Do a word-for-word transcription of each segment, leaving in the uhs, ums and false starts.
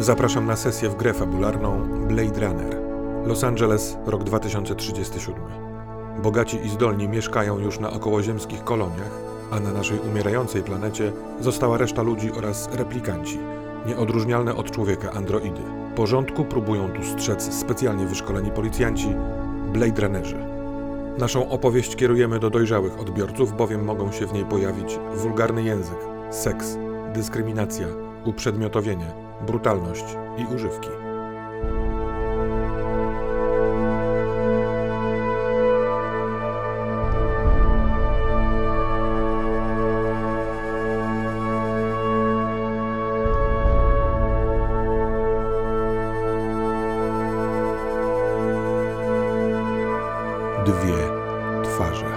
Zapraszam na sesję w grę fabularną Blade Runner. Los Angeles, rok dwa tysiące trzydziesty siódmy. Bogaci i zdolni mieszkają już na okołoziemskich koloniach, a na naszej umierającej planecie została reszta ludzi oraz replikanci, nieodróżnialne od człowieka androidy. Porządku próbują tu strzec specjalnie wyszkoleni policjanci, Blade Runnerzy. Naszą opowieść kierujemy do dojrzałych odbiorców, bowiem mogą się w niej pojawić wulgarny język, seks, dyskryminacja, uprzedmiotowienie, brutalność i używki. Dwie twarze.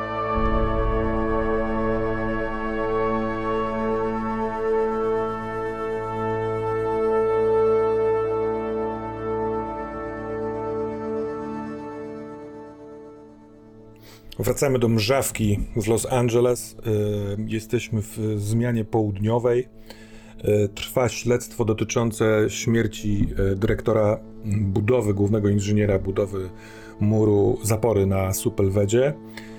Wracamy do mrzawki w Los Angeles. Jesteśmy w zmianie południowej. Trwa śledztwo dotyczące śmierci dyrektora budowy, głównego inżyniera budowy muru zapory na Sepulvedzie,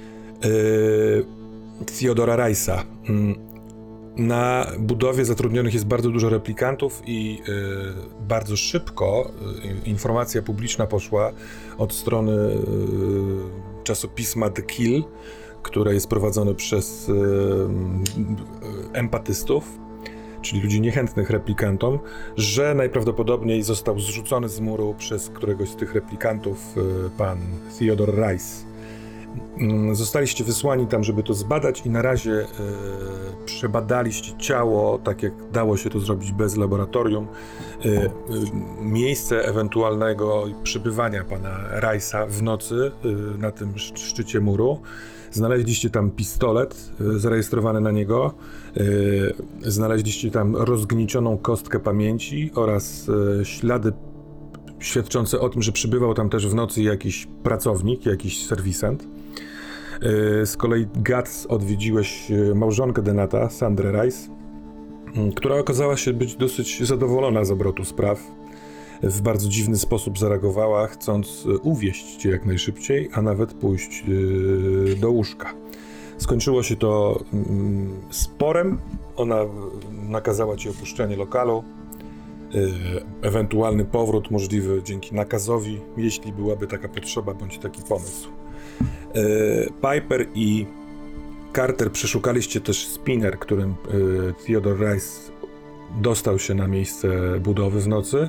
Theodora Rice'a. Na budowie zatrudnionych jest bardzo dużo replikantów i bardzo szybko informacja publiczna poszła od strony czasopisma The Kill, które jest prowadzone przez empatystów, czyli ludzi niechętnych replikantom, że najprawdopodobniej został zrzucony z muru przez któregoś z tych replikantów pan Theodore Rice. Zostaliście wysłani tam, żeby to zbadać i na razie e, przebadaliście ciało, tak jak dało się to zrobić bez laboratorium. E, e, miejsce ewentualnego przebywania pana Rice'a w nocy e, na tym szczycie muru. Znaleźliście tam pistolet e, zarejestrowany na niego. E, znaleźliście tam rozgniecioną kostkę pamięci oraz e, ślady świadczące o tym, że przybywał tam też w nocy jakiś pracownik, jakiś serwisant. Z kolei Guts odwiedziłeś małżonkę Denata, Sandrę Rice, która okazała się być dosyć zadowolona z obrotu spraw. W bardzo dziwny sposób zareagowała, chcąc uwieść cię jak najszybciej, a nawet pójść do łóżka. Skończyło się to sporem. Ona nakazała ci opuszczenie lokalu. Ewentualny powrót możliwy dzięki nakazowi, jeśli byłaby taka potrzeba bądź taki pomysł. Piper i Carter przeszukaliście też spinner, którym Theodore Rice dostał się na miejsce budowy w nocy.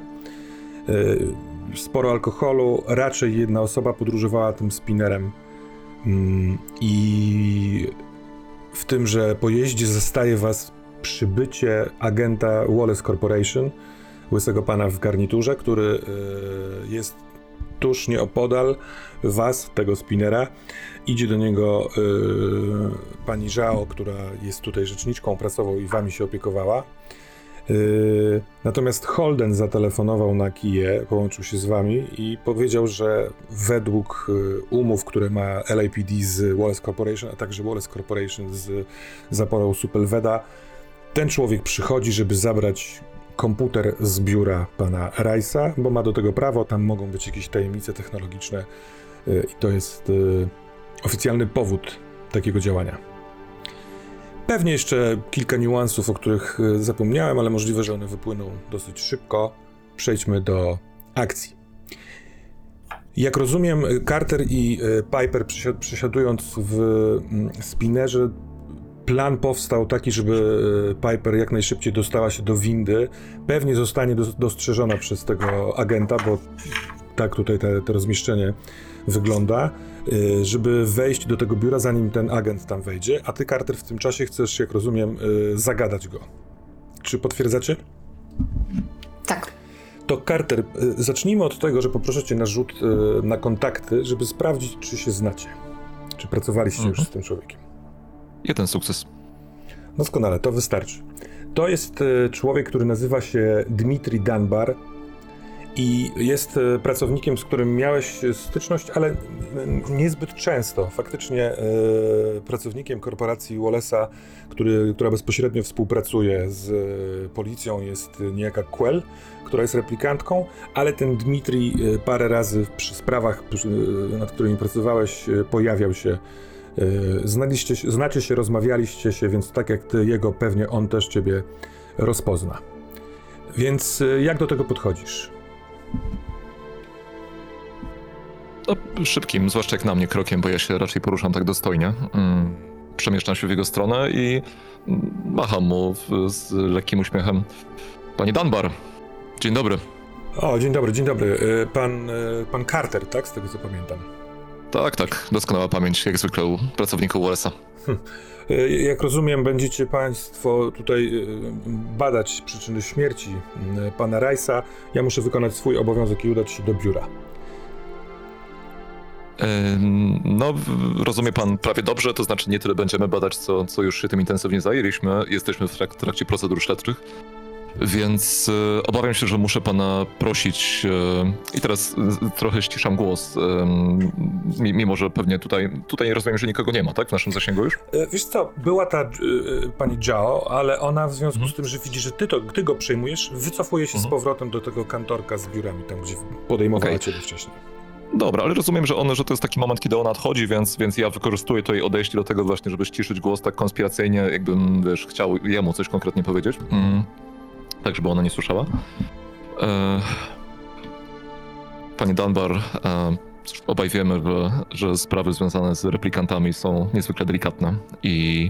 Sporo alkoholu, raczej jedna osoba podróżowała tym spinnerem i w tymże pojeździe zastaje was przybycie agenta Wallace Corporation, łysego pana w garniturze, który y, jest tuż nieopodal was, tego spinera. Idzie do niego y, pani Zhao, która jest tutaj rzeczniczką prasową i wami się opiekowała. Y, natomiast Holden zatelefonował na Kiję, połączył się z wami i powiedział, że według y, umów, które ma L A P D z Wallace Corporation, a także Wallace Corporation z zaporą Sepulveda, ten człowiek przychodzi, żeby zabrać komputer z biura pana Rice'a, bo ma do tego prawo, tam mogą być jakieś tajemnice technologiczne yy, i to jest yy, oficjalny powód takiego działania. Pewnie jeszcze kilka niuansów, o których yy, zapomniałem, ale możliwe, że one wypłyną dosyć szybko. Przejdźmy do akcji. Jak rozumiem, Carter i yy, Piper przysi- przysiadując w yy, spinnerze, plan powstał taki, żeby Piper jak najszybciej dostała się do windy. Pewnie zostanie do, dostrzeżona przez tego agenta, bo tak tutaj te, te rozmieszczenie wygląda, żeby wejść do tego biura, zanim ten agent tam wejdzie, a ty, Carter, w tym czasie chcesz, jak rozumiem, zagadać go. Czy potwierdzacie? Tak. To Carter, zacznijmy od tego, że poproszę cię na rzut na kontakty, żeby sprawdzić, czy się znacie. Czy pracowaliście mhm. już z tym człowiekiem. Jeden sukces. Doskonale, to wystarczy. To jest y, człowiek, który nazywa się Dmitri Dunbar i jest e, pracownikiem, z którym miałeś styczność, ale n- niezbyt często. Faktycznie e, pracownikiem korporacji Wallace'a, który, która bezpośrednio współpracuje z e, policją, jest niejaka Quell, która jest replikantką, ale ten Dmitrij e, parę razy przy sprawach, przy, e, nad którymi pracowałeś, e, pojawiał się. E, znaliście, się- znacie się, rozmawialiście się, więc tak jak ty jego, pewnie on też ciebie rozpozna. Więc e, jak do tego podchodzisz? No, szybkim, zwłaszcza jak na mnie krokiem, bo ja się raczej poruszam tak dostojnie. Mm, przemieszczam się w jego stronę i mm, macham mu w, z lekkim uśmiechem. Panie Dunbar, dzień dobry. O, dzień dobry, dzień dobry. E, Pan, e, pan Carter, tak? Z tego co pamiętam. Tak, tak, doskonała pamięć, jak zwykle u pracowników Wallace'a. E, Jak rozumiem, będziecie państwo tutaj e, badać przyczyny śmierci e, pana Rice'a. Ja muszę wykonać swój obowiązek i udać się do biura. Ym, No, w- rozumie pan prawie dobrze, to znaczy nie tyle będziemy badać, co, co już się tym intensywnie zajęliśmy. Jesteśmy w trak- trakcie procedur śledczych, więc e, obawiam się, że muszę pana prosić, e, i teraz e, trochę ściszam głos, em, mi- mimo że pewnie tutaj, tutaj rozumiem, że nikogo nie ma, tak, w naszym zasięgu już? E, Wiesz co, była ta e, pani Zhao, ale ona w związku Mhm. z tym, że widzi, że ty, to, ty go przejmujesz, wycofuje się z Mhm. powrotem do tego kantorka z biurami, tam gdzie podejmowała Okej. ciebie wcześniej. Dobra, ale rozumiem, że, on, że to jest taki moment, kiedy ona odchodzi, więc, więc ja wykorzystuję to jej odejście do tego właśnie, żeby ściszyć głos tak konspiracyjnie, jakbym, wiesz, chciał jemu coś konkretnie powiedzieć. Mm. Tak, żeby ona nie słyszała. E... Panie Dunbar, e... cóż, obaj wiemy, że, że sprawy związane z replikantami są niezwykle delikatne i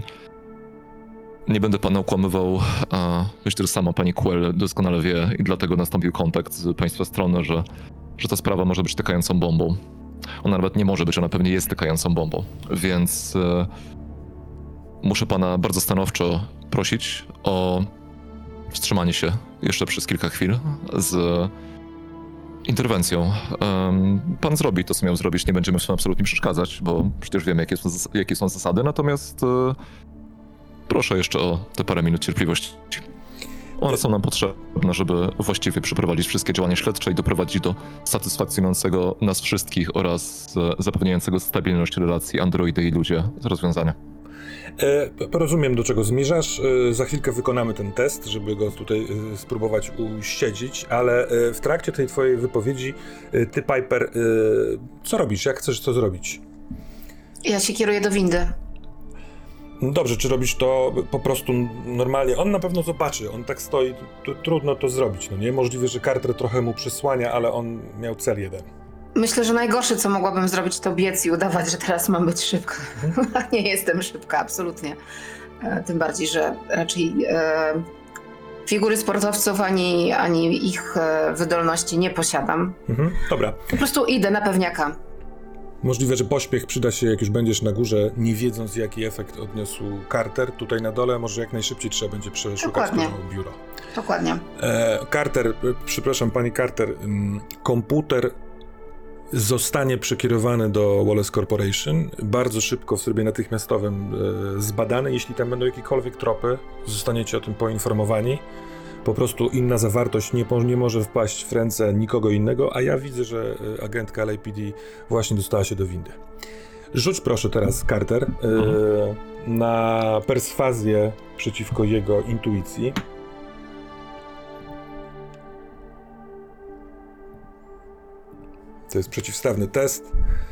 nie będę pana okłamywał, a myślę, że sama pani Quell doskonale wie i dlatego nastąpił kontakt z państwa strony, że że ta sprawa może być tykającą bombą. Ona nawet nie może być, ona pewnie jest tykającą bombą. Więc e, muszę pana bardzo stanowczo prosić o wstrzymanie się jeszcze przez kilka chwil z interwencją. Em, pan zrobi to, co miał zrobić, nie będziemy w tym absolutnie przeszkadzać, bo przecież wiemy, jakie są, zas- jakie są zasady, natomiast e, proszę jeszcze o te parę minut cierpliwości. One są nam potrzebne, żeby właściwie przeprowadzić wszystkie działania śledcze i doprowadzić do satysfakcjonującego nas wszystkich oraz e, zapewniającego stabilność relacji androidy i ludzie z rozwiązania. E, p- rozumiem, do czego zmierzasz. E, za chwilkę wykonamy ten test, żeby go tutaj e, spróbować uściedzić, ale e, w trakcie tej twojej wypowiedzi e, ty, Piper, e, co robisz? Jak chcesz to zrobić? Ja się kieruję do windy. No dobrze, czy robisz to po prostu normalnie? On na pewno zobaczy, on tak stoi, t- trudno to zrobić, no nie? Możliwe, że Carter trochę mu przysłania, ale on miał cel jeden. Myślę, że najgorsze, co mogłabym zrobić, to biec i udawać, że teraz mam być szybka. Nie jestem szybka, absolutnie. E, Tym bardziej, że raczej e, figury sportowców ani, ani ich e, wydolności nie posiadam. Mhm, dobra. Po prostu idę na pewniaka. Możliwe, że pośpiech przyda się, jak już będziesz na górze, nie wiedząc, jaki efekt odniósł Carter. Tutaj na dole może jak najszybciej trzeba będzie przeszukać Dokładnie. to biuro. Dokładnie. E, Carter, e, przepraszam, pani Carter, mm, komputer zostanie przekierowany do Wallace Corporation, bardzo szybko w trybie natychmiastowym e, zbadany. Jeśli tam będą jakiekolwiek tropy, zostaniecie o tym poinformowani. Po prostu inna zawartość nie, po, nie może wpaść w ręce nikogo innego, a ja widzę, że e, agentka L A P D właśnie dostała się do windy. Rzuć proszę teraz, Carter, e, na perswazję przeciwko jego intuicji. To jest przeciwstawny test.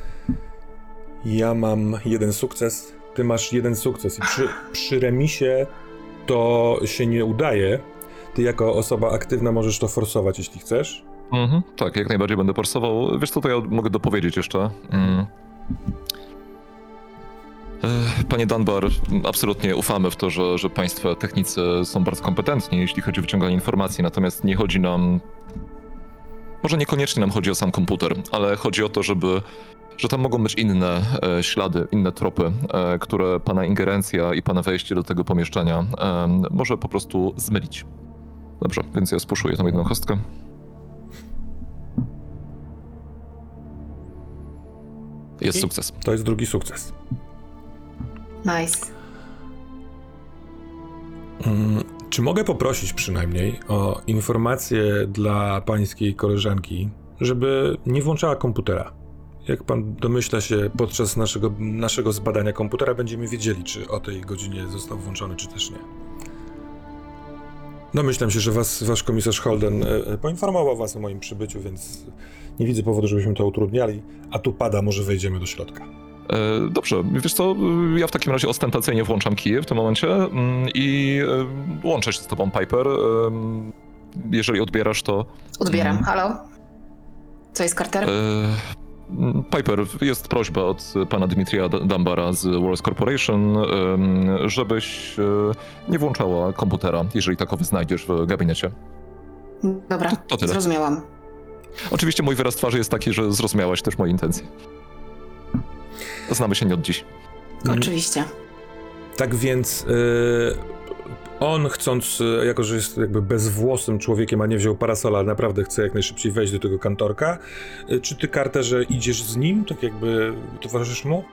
Ja mam jeden sukces, ty masz jeden sukces i przy, przy remisie to się nie udaje. Ty jako osoba aktywna możesz to forsować, jeśli chcesz. Mhm, tak, jak najbardziej będę forsował. Wiesz co, to ja mogę dopowiedzieć jeszcze. Mm. Ech, Panie Dunbar, absolutnie ufamy w to, że, że państwo technicy są bardzo kompetentni, jeśli chodzi o wyciąganie informacji, natomiast nie chodzi nam... Może niekoniecznie nam chodzi o sam komputer, ale chodzi o to, żeby że tam mogą być inne e, ślady, inne tropy, e, które pana ingerencja i pana wejście do tego pomieszczenia e, może po prostu zmylić. Dobrze, więc ja spuszuję tą jedną kostkę. Jest I sukces. To jest drugi sukces. Nice. Mm, Czy mogę poprosić przynajmniej o informację dla pańskiej koleżanki, żeby nie włączała komputera? Jak pan domyśla się, podczas naszego, naszego zbadania komputera będziemy wiedzieli, czy o tej godzinie został włączony, czy też nie. Domyślam się, że was, wasz komisarz Holden e, poinformował was o moim przybyciu, więc nie widzę powodu, żebyśmy to utrudniali. A tu pada, może wejdziemy do środka. E, dobrze, wiesz co, ja w takim razie ostentacyjnie włączam kije w tym momencie mm, i e, łączę się z tobą, Piper. E, jeżeli odbierasz, to... Odbieram. Mm. Halo? Co jest, Carter? E, Piper, jest prośba od pana Dmitrija Dambara z Wallace Corporation, e, żebyś e, nie włączała komputera, jeżeli takowy znajdziesz w gabinecie. Dobra, to, to tyle. Zrozumiałam. Oczywiście mój wyraz twarzy jest taki, że zrozumiałaś też moje intencje. Znamy się nie od dziś. Oczywiście. Tak więc yy, on chcąc, yy, jako że jest jakby bezwłosym człowiekiem, a nie wziął parasola, naprawdę chce jak najszybciej wejść do tego kantorka. Yy, czy ty, Carterze, idziesz z nim, tak jakby towarzyszysz mu?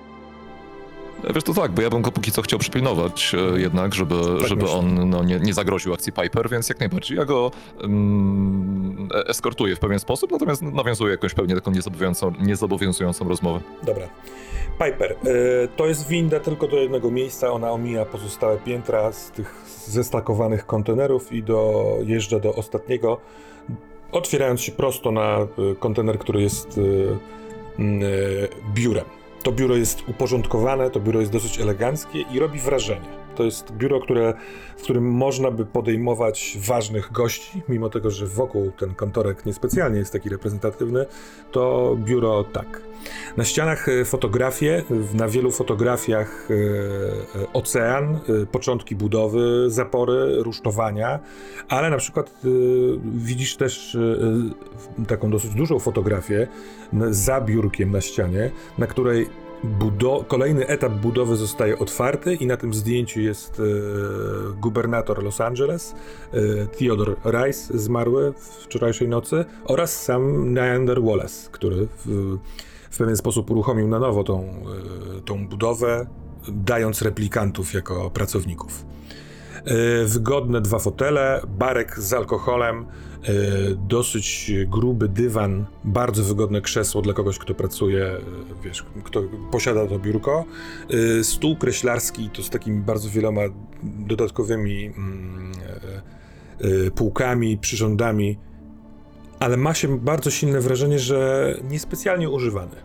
Wiesz, to tak, bo ja bym go póki co chciał przypilnować e, jednak, żeby, Tak żeby myślę. on no, nie, nie zagroził akcji Piper, więc jak najbardziej. Ja go mm, e- eskortuję w pewien sposób, natomiast nawiązuję jakąś pewnie taką niezobowiązującą, niezobowiązującą rozmowę. Dobra. Piper, yy, to jest winda tylko do jednego miejsca, ona omija pozostałe piętra z tych zestakowanych kontenerów i dojeżdża do ostatniego, otwierając się prosto na y, kontener, który jest y, y, biurem. To biuro jest uporządkowane, to biuro jest dosyć eleganckie i robi wrażenie. To jest biuro, które, w którym można by podejmować ważnych gości, mimo tego, że wokół ten kantorek niespecjalnie jest taki reprezentatywny, to biuro tak. Na ścianach fotografie, na wielu fotografiach e, ocean, e, początki budowy, zapory, rusztowania, ale na przykład e, widzisz też e, taką dosyć dużą fotografię n- za biurkiem na ścianie, na której budo- kolejny etap budowy zostaje otwarty i na tym zdjęciu jest e, gubernator Los Angeles, e, Theodore Rice, zmarły wczorajszej nocy, oraz sam Neander Wallace, który w, w pewien sposób uruchomił na nowo tą, e, tą budowę, dając replikantów jako pracowników. E, wygodne dwa fotele, barek z alkoholem, e, dosyć gruby dywan, bardzo wygodne krzesło dla kogoś, kto pracuje, e, wiesz, kto posiada to biurko, e, stół kreślarski to z takimi bardzo wieloma dodatkowymi mm, e, e, półkami, przyrządami, ale ma się bardzo silne wrażenie, że niespecjalnie używany.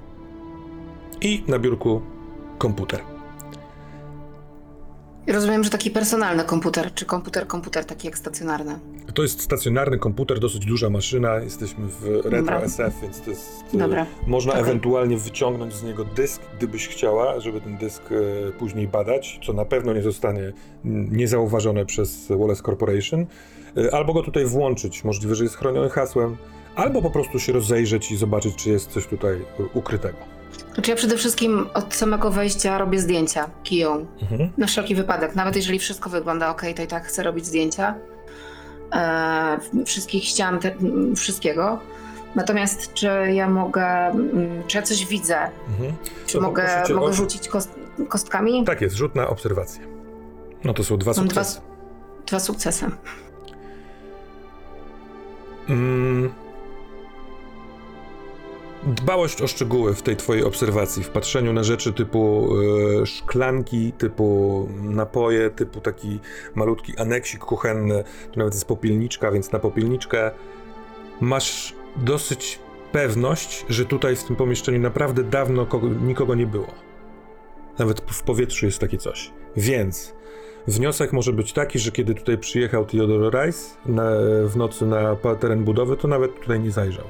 I na biurku komputer. Rozumiem, że taki personalny komputer, czy komputer, komputer taki jak stacjonarny. To jest stacjonarny komputer, dosyć duża maszyna, jesteśmy w Retro Dobra. S F, więc to jest... Dobra. E, można Okej. ewentualnie wyciągnąć z niego dysk, gdybyś chciała, żeby ten dysk e, później badać, co na pewno nie zostanie mm, niezauważone przez Wallace Corporation, e, albo go tutaj włączyć, możliwe, że jest chroniony hasłem, albo po prostu się rozejrzeć i zobaczyć, czy jest coś tutaj e, ukrytego. Znaczy ja przede wszystkim od samego wejścia robię zdjęcia kiją. Mhm. Na wszelki wypadek. Nawet jeżeli wszystko wygląda ok, to i tak chcę robić zdjęcia. E, wszystkich ścian, te, m, wszystkiego. Natomiast czy ja mogę, m, czy ja coś widzę? Mhm. Czy To mogę, poproszę cię mogę o- rzucić kost, kostkami? Tak jest, rzut na obserwację. No to są dwa Mam dwa, sukcesy. dwa sukcesy. Mm. Dbałość o szczegóły w tej twojej obserwacji, w patrzeniu na rzeczy typu e, szklanki, typu napoje, typu taki malutki aneksik kuchenny, tu nawet jest popielniczka, więc na popielniczkę masz dosyć pewność, że tutaj w tym pomieszczeniu naprawdę dawno kogo, nikogo nie było. Nawet w powietrzu jest takie coś. Więc wniosek może być taki, że kiedy tutaj przyjechał Theodore Rice na, w nocy na pa- teren budowy, to nawet tutaj nie zajrzał.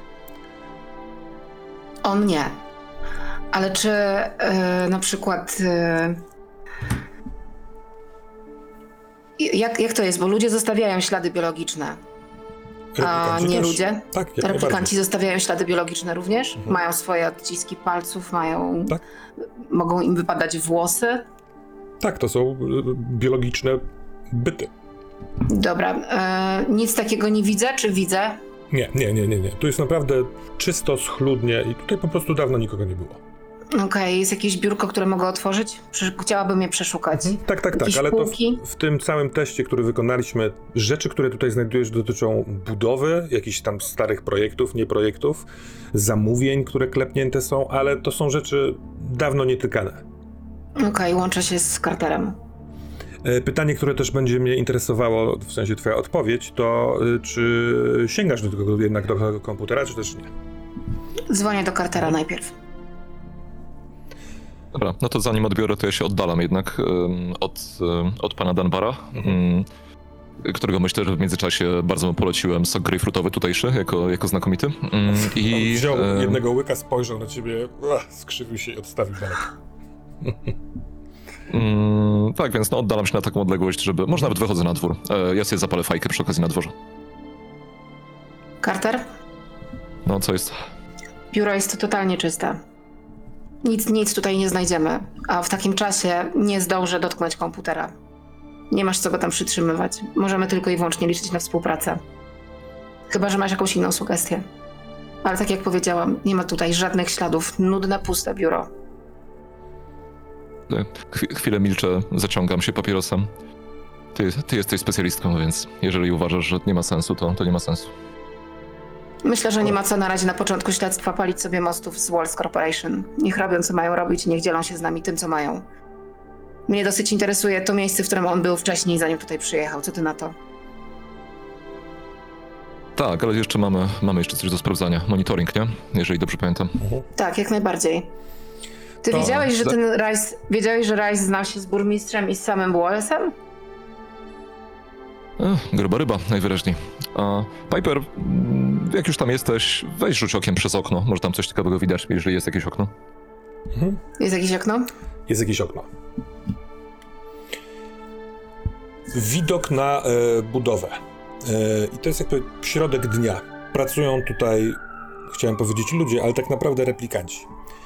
On nie. Ale czy e, na przykład... E, jak, jak to jest? Bo ludzie zostawiają ślady biologiczne. A Replikanci nie też. ludzie? Tak, jak Replikanci najbardziej. zostawiają ślady biologiczne również? Mhm. Mają swoje odciski palców, mają... Tak. Mogą im wypadać włosy? Tak, to są y, biologiczne byty. Dobra. E, nic takiego nie widzę, czy widzę? Nie, nie, nie, nie, nie. Tu jest naprawdę czysto, schludnie i tutaj po prostu dawno nikogo nie było. Okej, okay, jest jakieś biurko, które mogę otworzyć? Prze- chciałabym je przeszukać. Mhm. Tak, tak, tak, Jakieś ale półki? to w, w tym całym teście, który wykonaliśmy, rzeczy, które tutaj znajdujesz, dotyczą budowy, jakichś tam starych projektów, nie projektów, zamówień, które klepnięte są, ale to są rzeczy dawno nietykane. Okej, okay, łączę się z Carterem. Pytanie, które też będzie mnie interesowało, w sensie twoja odpowiedź, to czy sięgasz do tego jednak do tego komputera, czy też nie? Dzwonię do Cartera najpierw. Dobra, no to zanim odbiorę, to ja się oddalam jednak um, od, um, od pana Danbara, um, którego myślę, że w międzyczasie bardzo mu poleciłem sok grejpfrutowy tutejszy, jako, jako znakomity. Um, i, On wziął um, jednego łyka, spojrzał na ciebie, ach, skrzywił się i odstawił daleko. um, tak, więc no oddalam się na taką odległość, żeby... Może nawet wychodzę na dwór. E, ja sobie zapalę fajkę przy okazji na dworze. Carter? No, co jest? Biuro jest totalnie czyste. Nic, nic tutaj nie znajdziemy, a w takim czasie nie zdążę dotknąć komputera. Nie masz co go tam przytrzymywać. Możemy tylko i wyłącznie liczyć na współpracę. Chyba że masz jakąś inną sugestię. Ale tak jak powiedziałam, nie ma tutaj żadnych śladów. Nudne, puste biuro. Chw- chwilę milczę, zaciągam się papierosem. Ty, ty jesteś specjalistką, więc jeżeli uważasz, że nie ma sensu, to, to nie ma sensu. Myślę, że nie ma co na razie na początku śledztwa palić sobie mostów z Walls Corporation. Niech robią, co mają robić i niech dzielą się z nami tym, co mają. Mnie dosyć interesuje to miejsce, w którym on był wcześniej, zanim tutaj przyjechał. Co ty na to? Tak, ale jeszcze mamy, mamy jeszcze coś do sprawdzania. Monitoring, nie? Jeżeli dobrze pamiętam. Mhm. Tak, jak najbardziej. Ty To wiedziałeś, że za- ten Rice, wiedziałeś, że Rice znał się z burmistrzem i z samym Wallace'em? Ech, gruba ryba, najwyraźniej. A Piper, mm, jak już tam jesteś, weź rzuć okiem przez okno. Może tam coś ciekawego widać, jeżeli jest jakieś okno. Mhm. Jest jakieś okno? Jest jakieś okno. Widok na e, budowę. E, I to jest jakby środek dnia. Pracują tutaj, chciałem powiedzieć ludzie, ale tak naprawdę replikanci.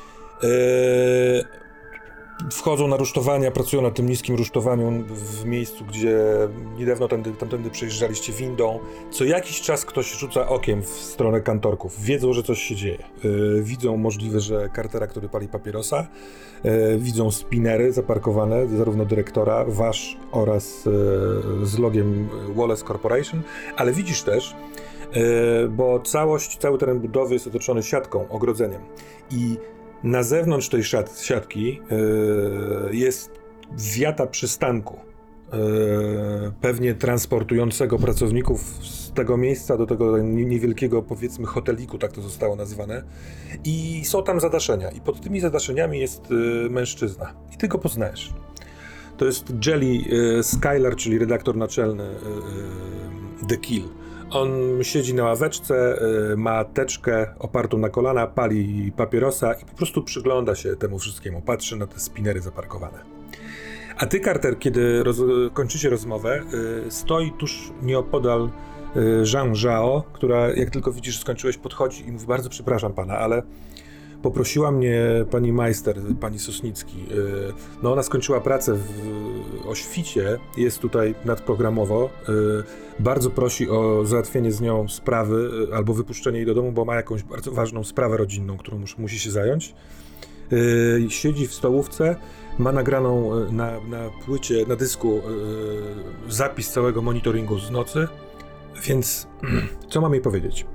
E, wchodzą na rusztowania, pracują na tym niskim rusztowaniu w miejscu, gdzie niedawno tędy, tamtędy przejeżdżaliście windą. Co jakiś czas ktoś rzuca okiem w stronę kantorków. Wiedzą, że coś się dzieje. E, widzą możliwe, że Cartera, który pali papierosa. E, widzą spinery zaparkowane, zarówno dyrektora, wasz oraz e, z logiem Wallace Corporation, ale widzisz też, e, bo całość, cały teren budowy jest otoczony siatką, ogrodzeniem i na zewnątrz tej siat, siatki e, jest wiata przystanku, e, pewnie transportującego pracowników z tego miejsca do tego niewielkiego, powiedzmy, hoteliku, tak to zostało nazwane. I są tam zadaszenia. I pod tymi zadaszeniami jest y, mężczyzna. I ty go poznajesz. To jest Jelly y, Skylar, czyli redaktor naczelny y, y, The Kill. On siedzi na ławeczce, y, ma teczkę opartą na kolana, pali papierosa i po prostu przygląda się temu wszystkiemu. Patrzy na te spinery zaparkowane. A ty, Carter, kiedy roz, kończycie rozmowę, y, stoi tuż nieopodal Jean Zhao, która, jak tylko widzisz, skończyłeś, podchodzi i mówi: bardzo przepraszam pana, ale poprosiła mnie pani Meister, pani Sosnicki. No ona skończyła pracę w Oświcie, jest tutaj nadprogramowo. Bardzo prosi o załatwienie z nią sprawy albo wypuszczenie jej do domu, bo ma jakąś bardzo ważną sprawę rodzinną, którą mus, musi się zająć. Siedzi w stołówce, ma nagraną na, na płycie, na dysku zapis całego monitoringu z nocy. Więc co mam jej powiedzieć?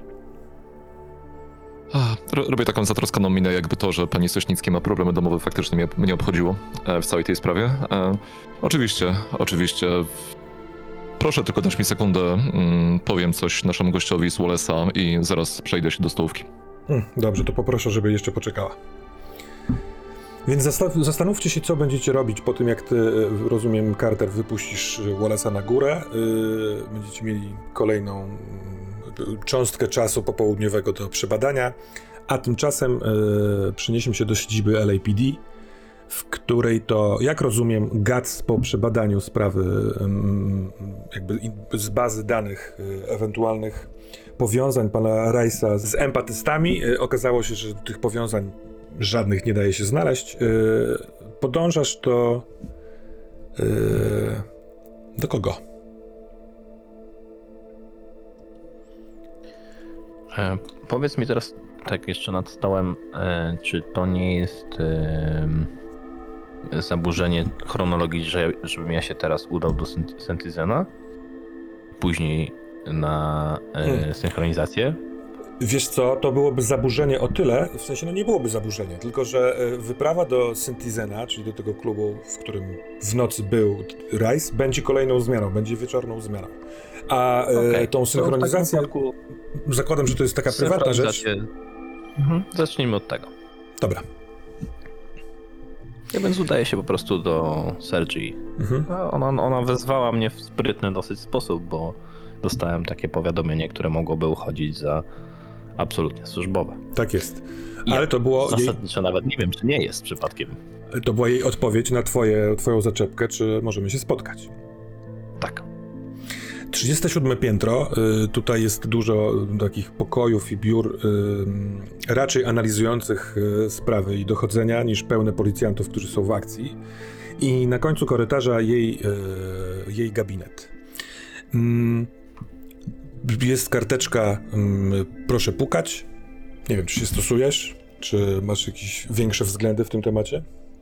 Ro- Robię taką zatroskaną minę, jakby to, że pani Sośnicki ma problemy domowe, faktycznie mnie, mnie obchodziło e, w całej tej sprawie. E, oczywiście, oczywiście. Proszę tylko dać mi sekundę, mm, powiem coś naszemu gościowi z Wallace'a i zaraz przejdę się do stołówki. Hmm, dobrze, to poproszę, żeby jeszcze poczekała. Więc zasta- zastanówcie się, co będziecie robić po tym, jak ty, rozumiem, Carter, wypuścisz Wallace'a na górę. Yy, będziecie mieli kolejną yy, cząstkę czasu popołudniowego do przebadania, a tymczasem yy, przeniesiemy się do siedziby L A P D, w której to, jak rozumiem, Guts po przebadaniu sprawy yy, jakby in, z bazy danych yy, ewentualnych powiązań pana Rice'a z empatystami, yy, okazało się, że tych powiązań żadnych nie daje się znaleźć. Yy, podążasz do... Yy, do kogo? E, powiedz mi teraz tak jeszcze nad stołem, e, czy to nie jest e, zaburzenie chronologii, że, żebym ja się teraz udał do Sentizena, później na e, Hmm. synchronizację? Wiesz co, to byłoby zaburzenie o tyle, w sensie no nie byłoby zaburzenie, tylko że e, wyprawa do Syntizena, czyli do tego klubu, w którym w nocy był Rice, będzie kolejną zmianą, będzie wieczorną zmianą. A e, Okay. tą synchronizację, wypadku... zakładam, że to jest taka prywatna rzecz. Mhm. Zacznijmy od tego. Dobra. Ja więc udaję się po prostu do Sergii. Mhm. Ona, ona wezwała mnie w sprytny dosyć sposób, bo dostałem takie powiadomienie, które mogłoby uchodzić za absolutnie służbowe. Tak jest. I Ale to było jej, zasadniczo nawet nie wiem, czy nie jest przypadkiem. to była jej odpowiedź na twoje, twoją zaczepkę, czy możemy się spotkać. Tak. trzydzieste siódme piętro, y, tutaj jest dużo takich pokojów i biur y, raczej analizujących y, sprawy i dochodzenia niż pełne policjantów, którzy są w akcji. I na końcu korytarza jej, y, jej gabinet. Mm, jest karteczka mm, proszę pukać. Nie wiem, czy się stosujesz, czy masz jakieś większe względy w tym temacie?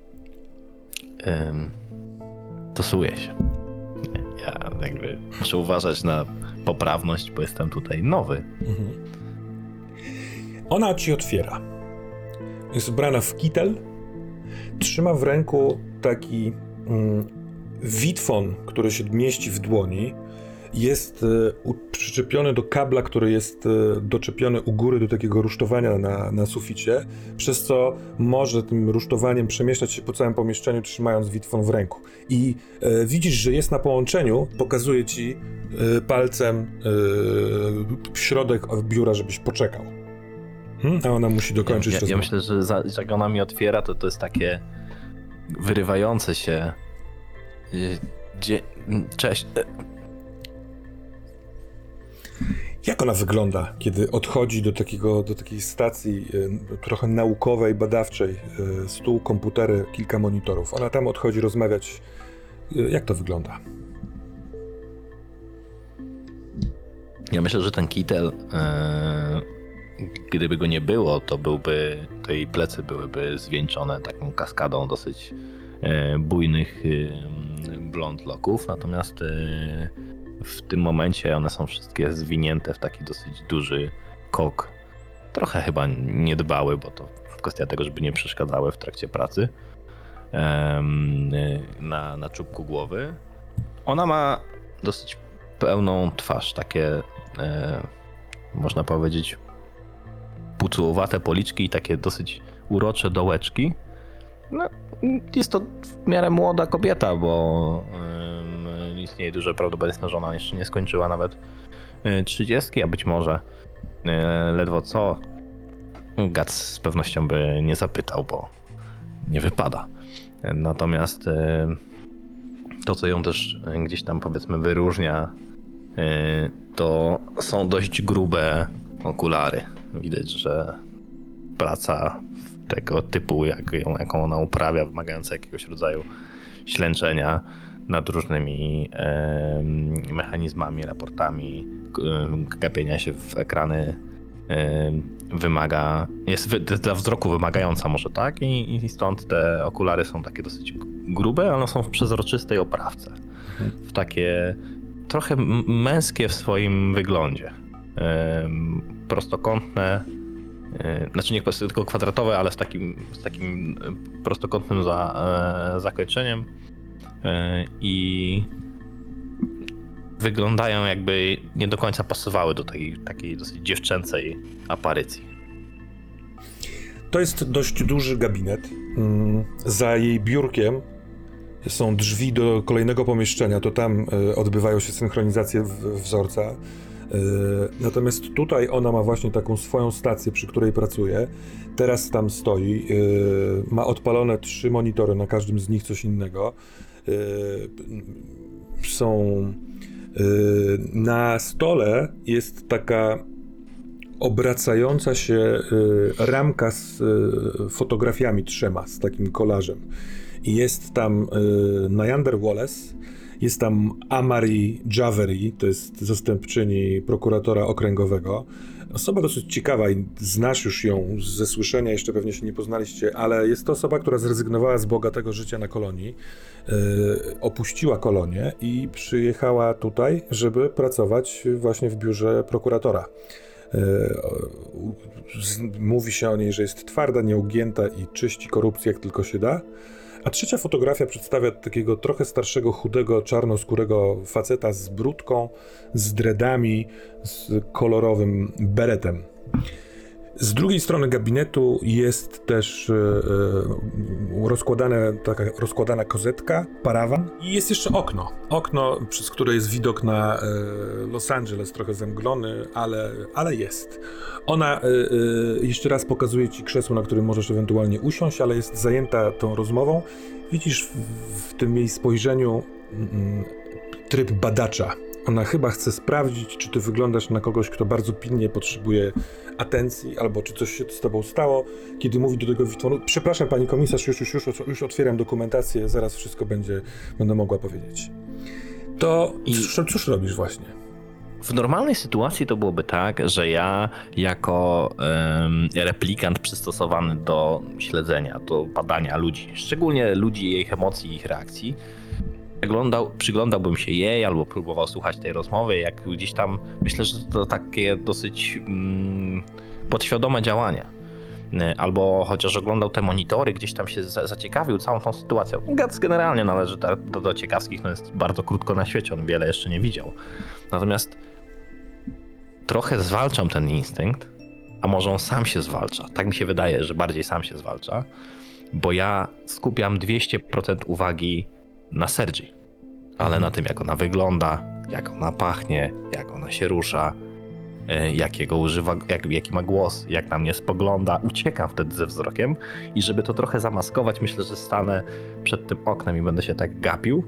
Ym, stosuję się. Ja jakby muszę uważać na poprawność, bo jestem tutaj nowy. Mhm. Ona ci otwiera. Jest ubrana w kitel. Trzyma w ręku taki mm, witfon, który się mieści w dłoni. Jest y, u, przyczepiony do kabla, który jest y, doczepiony u góry do takiego rusztowania na, na suficie, przez co może tym rusztowaniem przemieszczać się po całym pomieszczeniu, trzymając witfon w ręku. I y, widzisz, że jest na połączeniu, pokazuje ci y, palcem y, środek biura, żebyś poczekał. Hmm? A ona musi dokończyć Ja, ja, rozmowę. ja myślę, że za, jak ona mi otwiera, to to jest takie wyrywające się. y, Dzie- Cześć. Jak ona wygląda, kiedy odchodzi do, takiego, do takiej stacji y, trochę naukowej, badawczej, y, stół, komputery, kilka monitorów. Ona tam odchodzi rozmawiać. Y, jak to wygląda? Ja myślę, że ten kitel, e, gdyby go nie było, to byłby, to jej plecy byłyby zwieńczone taką kaskadą dosyć e, bujnych e, blond loków, natomiast e, w tym momencie one są wszystkie zwinięte w taki dosyć duży kok. Trochę chyba nie dbały, bo to kwestia tego, żeby nie przeszkadzały w trakcie pracy e, na, na czubku głowy. Ona ma dosyć pełną twarz, takie e, można powiedzieć pucułowate policzki i takie dosyć urocze dołeczki. No, jest to w miarę młoda kobieta, bo e, istnieje duże prawdopodobieństwo, że ona jeszcze nie skończyła nawet trzydziestki, a być może e, ledwo co. Gac z pewnością by nie zapytał, bo nie wypada. Natomiast e, to, co ją też gdzieś tam powiedzmy wyróżnia, to są dość grube okulary. Widać, że praca tego typu, jak, jaką ona uprawia, wymagająca jakiegoś rodzaju ślęczenia nad różnymi e, mechanizmami, raportami, gapienia się w ekrany, e, wymaga, jest wy, dla wzroku wymagająca może, tak? I, I stąd te okulary są takie dosyć grube, ale one są w przezroczystej oprawce. Mhm. W takie trochę męskie w swoim wyglądzie. Ym, prostokątne, yy, znaczy nie tylko kwadratowe, ale z takim, z takim prostokątnym za, yy, zakończeniem yy, i wyglądają jakby nie do końca pasowały do tej takiej dosyć dziewczęcej aparycji. To jest dość duży gabinet. Za jej biurkiem są drzwi do kolejnego pomieszczenia, to tam y, odbywają się synchronizacje w, wzorca. Y, natomiast tutaj ona ma właśnie taką swoją stację, przy której pracuje. Teraz tam stoi, y, ma odpalone trzy monitory, na każdym z nich coś innego. Y, są y, na stole jest taka obracająca się y, ramka z y, fotografiami trzema, z takim kolażem. I jest tam y, Nyander Wallace, jest tam Amari Javery, to jest zastępczyni prokuratora okręgowego, Osoba dosyć ciekawa i znasz już ją ze słyszenia, jeszcze pewnie się nie poznaliście, ale jest to osoba, która zrezygnowała z bogatego życia na kolonii, yy, opuściła kolonię i przyjechała tutaj, żeby pracować właśnie w biurze prokuratora. Mówi się o niej, że jest twarda, nieugięta i czyści korupcję jak tylko się da. A trzecia fotografia przedstawia takiego trochę starszego, chudego, czarnoskórego faceta z brudką, z dreadami, z kolorowym beretem. Z drugiej strony gabinetu jest też e, e, rozkładane, taka rozkładana kozetka, parawan i jest jeszcze okno. Okno, przez które jest widok na e, Los Angeles, trochę zemglony, ale, ale jest. Ona e, e, jeszcze raz pokazuje ci krzesło, na którym możesz ewentualnie usiąść, ale jest zajęta tą rozmową. Widzisz w, w tym jej spojrzeniu mm, tryb badacza. Ona chyba chce sprawdzić, czy ty wyglądasz na kogoś, kto bardzo pilnie potrzebuje atencji, albo czy coś się z tobą stało, kiedy mówi do tego Witwonu. Przepraszam, pani komisarz, już, już, już, już otwieram dokumentację, zaraz wszystko będzie, będę mogła powiedzieć. To I- cóż, cóż robisz właśnie? W normalnej sytuacji to byłoby tak, że ja jako em, replikant przystosowany do śledzenia, do badania ludzi, szczególnie ludzi, ich emocji, ich reakcji, Przyglądał, przyglądałbym się jej albo próbował słuchać tej rozmowy, jak gdzieś tam, myślę, że to takie dosyć mm, podświadome działanie. Albo chociaż oglądał te monitory, gdzieś tam się za, zaciekawił całą tą sytuacją. Gac generalnie należy do, do, do ciekawskich, no jest bardzo krótko na świecie, on wiele jeszcze nie widział. Natomiast trochę zwalczam ten instynkt, a może on sam się zwalcza. Tak mi się wydaje, że bardziej sam się zwalcza, bo ja skupiam dwieście procent uwagi na Sergi, ale na tym, jak ona wygląda, jak ona pachnie, jak ona się rusza, jakiego używa, jak, jaki ma głos, jak na mnie spogląda. Uciekam wtedy ze wzrokiem i żeby to trochę zamaskować, myślę, że stanę przed tym oknem i będę się tak gapił,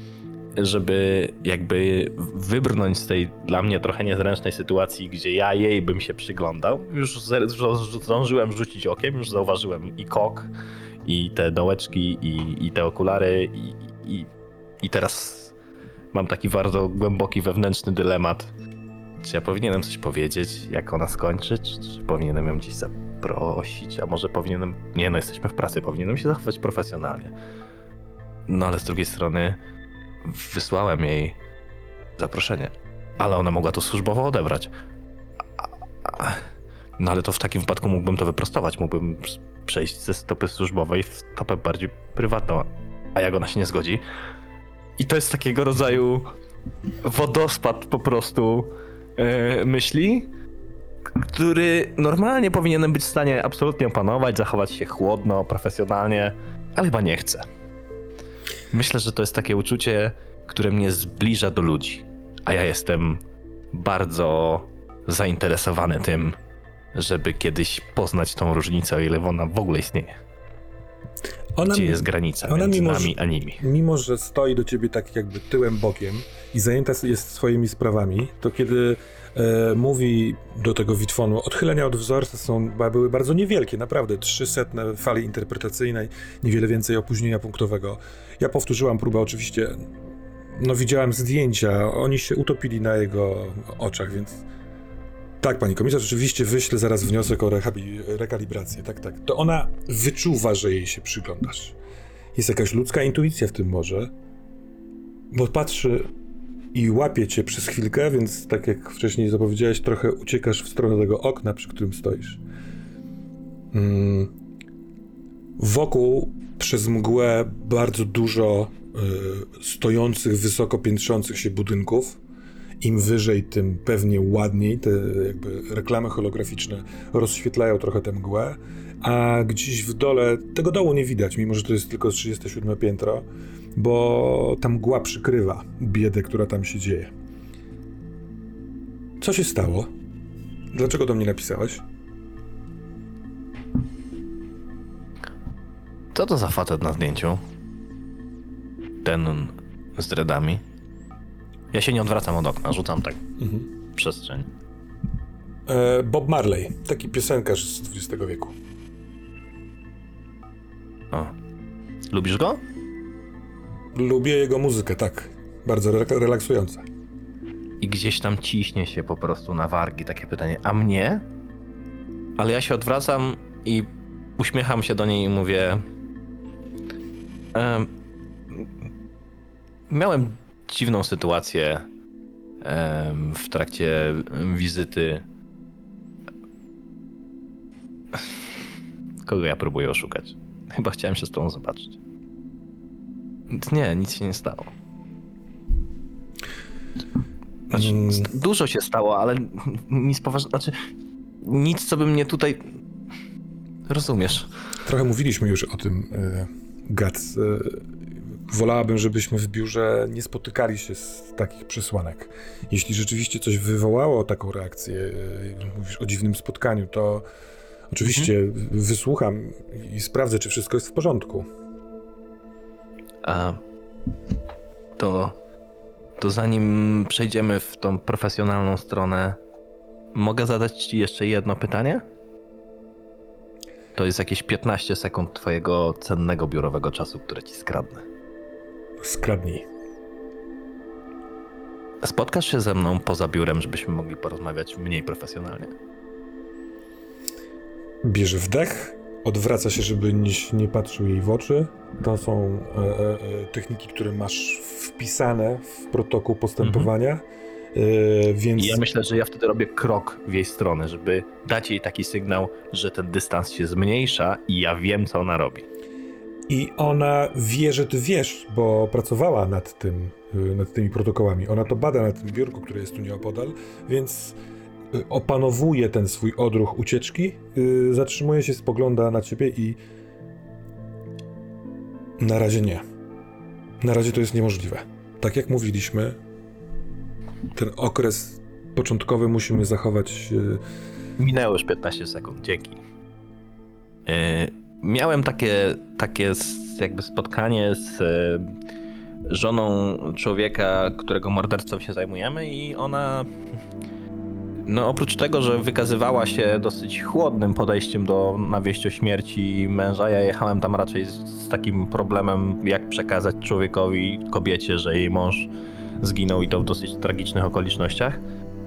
żeby jakby wybrnąć z tej dla mnie trochę niezręcznej sytuacji, gdzie ja jej bym się przyglądał. Już zdążyłem rzucić okiem, już zauważyłem i kok, i te dołeczki, i, i te okulary, i, i, i teraz mam taki bardzo głęboki wewnętrzny dylemat. Czy ja powinienem coś powiedzieć, jak ona skończy, czy, czy powinienem ją gdzieś zaprosić, a może powinienem... Nie no, jesteśmy w pracy, powinienem się zachować profesjonalnie. No ale z drugiej strony wysłałem jej zaproszenie, ale ona mogła to służbowo odebrać. A- a- No ale to w takim wypadku mógłbym to wyprostować, mógłbym przejść ze stopy służbowej w stopę bardziej prywatną, a jak ona się nie zgodzi. I to jest takiego rodzaju wodospad po prostu yy, myśli, który normalnie powinienem być w stanie absolutnie opanować, zachować się chłodno, profesjonalnie, ale chyba nie chcę. Myślę, że to jest takie uczucie, które mnie zbliża do ludzi, a ja jestem bardzo zainteresowany tym, żeby kiedyś poznać tą różnicę, o ile ona w ogóle istnieje. Ona, Gdzie jest granica ona między mimo, nami a nimi. Mimo, że stoi do ciebie tak jakby tyłem bokiem i zajęta jest swoimi sprawami, to kiedy e, mówi do tego Witwonu, odchylenia od wzorca są, były bardzo niewielkie, naprawdę, trzysetne fali interpretacyjnej, niewiele więcej opóźnienia punktowego. Ja powtórzyłam próbę, oczywiście, no widziałem zdjęcia, oni się utopili na jego oczach, więc tak, pani komisarz, oczywiście wyślę zaraz wniosek o rehabi- rekalibrację, tak, tak. To ona wyczuwa, że jej się przyglądasz. Jest jakaś ludzka intuicja w tym może, bo patrzy i łapie cię przez chwilkę, więc tak jak wcześniej zapowiedziałeś, trochę uciekasz w stronę tego okna, przy którym stoisz. Mm. Wokół przez mgłę bardzo dużo y, stojących, wysoko piętrzących się budynków. Im wyżej, tym pewnie ładniej. Te jakby reklamy holograficzne rozświetlają trochę tę mgłę, a gdzieś w dole tego dołu nie widać, mimo że to jest tylko trzydzieste siódme piętro, bo ta mgła przykrywa biedę, która tam się dzieje. Co się stało? Dlaczego do mnie napisałeś? Co to za facet na zdjęciu? Ten z dreadami? Ja się nie odwracam od okna, rzucam tak Mhm. przestrzeń. E, Bob Marley, taki piosenkarz z dwudziestego wieku. O. Lubisz go? Lubię jego muzykę, tak. Bardzo re- relaksująca. I gdzieś tam ciśnie się po prostu na wargi takie pytanie, a mnie? Ale ja się odwracam i uśmiecham się do niej i mówię... Ehm, miałem dziwną sytuację em, w trakcie wizyty. Kogo ja próbuję oszukać? Chyba chciałem się z tobą zobaczyć. Nie, nic się nie stało. Znaczy, Mm. dużo się stało, ale nic poważnego. Znaczy, nic, co by mnie tutaj... Rozumiesz? Trochę mówiliśmy już o tym, e, Gats. E, wolałabym, żebyśmy w biurze nie spotykali się z takich przesłanek. Jeśli rzeczywiście coś wywołało taką reakcję, e, mówisz o dziwnym spotkaniu, to oczywiście mhm. wysłucham i sprawdzę, czy wszystko jest w porządku. A to, to zanim przejdziemy w tą profesjonalną stronę, mogę zadać ci jeszcze jedno pytanie? To jest jakieś piętnaście sekund twojego cennego biurowego czasu, które ci skradnę. Skradnij. Spotkasz się ze mną poza biurem, żebyśmy mogli porozmawiać mniej profesjonalnie? Bierze wdech, odwraca się, żeby nie, nie patrzył jej w oczy. To są e, e, techniki, które masz wpisane w protokół postępowania, e, więc... I ja myślę, że ja wtedy robię krok w jej stronę, żeby dać jej taki sygnał, że ten dystans się zmniejsza i ja wiem, co ona robi. I ona wie, że ty wiesz, bo pracowała nad tym, nad tymi protokołami. Ona to bada na tym biurku, które jest tu nieopodal, więc opanowuje ten swój odruch ucieczki, zatrzymuje się, spogląda na ciebie i na razie nie. Na razie to jest niemożliwe. Tak jak mówiliśmy, ten okres początkowy musimy zachować... Minęło już piętnaście sekund, dzięki. Yy, miałem takie, takie jakby spotkanie z żoną człowieka, którego morderstwem się zajmujemy i ona... No oprócz tego, że wykazywała się dosyć chłodnym podejściem do na wieść o śmierci męża, ja jechałem tam raczej z, z takim problemem, jak przekazać człowiekowi, kobiecie, że jej mąż zginął i to w dosyć tragicznych okolicznościach.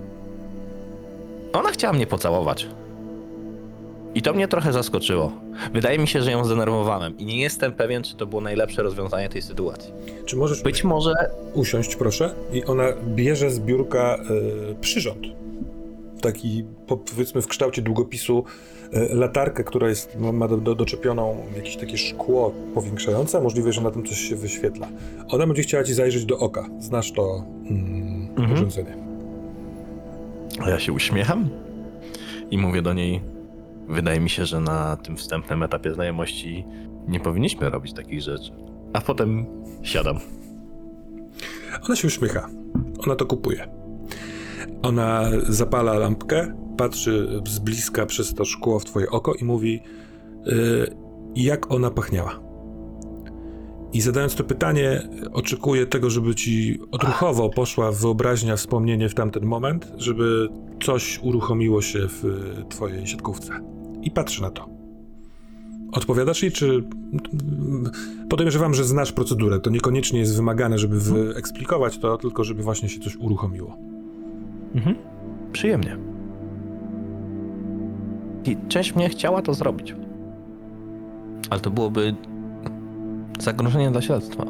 Ona chciała mnie pocałować. I to mnie trochę zaskoczyło. Wydaje mi się, że ją zdenerwowałem i nie jestem pewien, czy to było najlepsze rozwiązanie tej sytuacji. Czy możesz Być może... usiąść, proszę? I ona bierze z biurka y, przyrząd. Taki, powiedzmy, w kształcie długopisu y, latarkę, która jest, ma do, do, doczepioną jakieś takie szkło powiększające, a możliwe, że na tym coś się wyświetla. Ona będzie chciała ci zajrzeć do oka. Znasz to mm, Mhm. urządzenie. Ja się uśmiecham i mówię do niej, wydaje mi się, że na tym wstępnym etapie znajomości nie powinniśmy robić takich rzeczy. A potem siadam. Ona się uśmiecha. Ona to kupuje. Ona zapala lampkę, patrzy z bliska przez to szkło w twoje oko i mówi, y, jak ona pachniała. I zadając to pytanie, oczekuję tego, żeby ci odruchowo poszła wyobraźnia, wspomnienie w tamten moment, żeby coś uruchomiło się w twojej siatkówce. I patrzy na to. Odpowiadasz jej, czy... Podejrzewam, że znasz procedurę. To niekoniecznie jest wymagane, żeby wyeksplikować to, tylko żeby właśnie się coś uruchomiło. Mhm. Przyjemnie. I część mnie chciała to zrobić. Ale to byłoby zagrożenie dla śledztwa.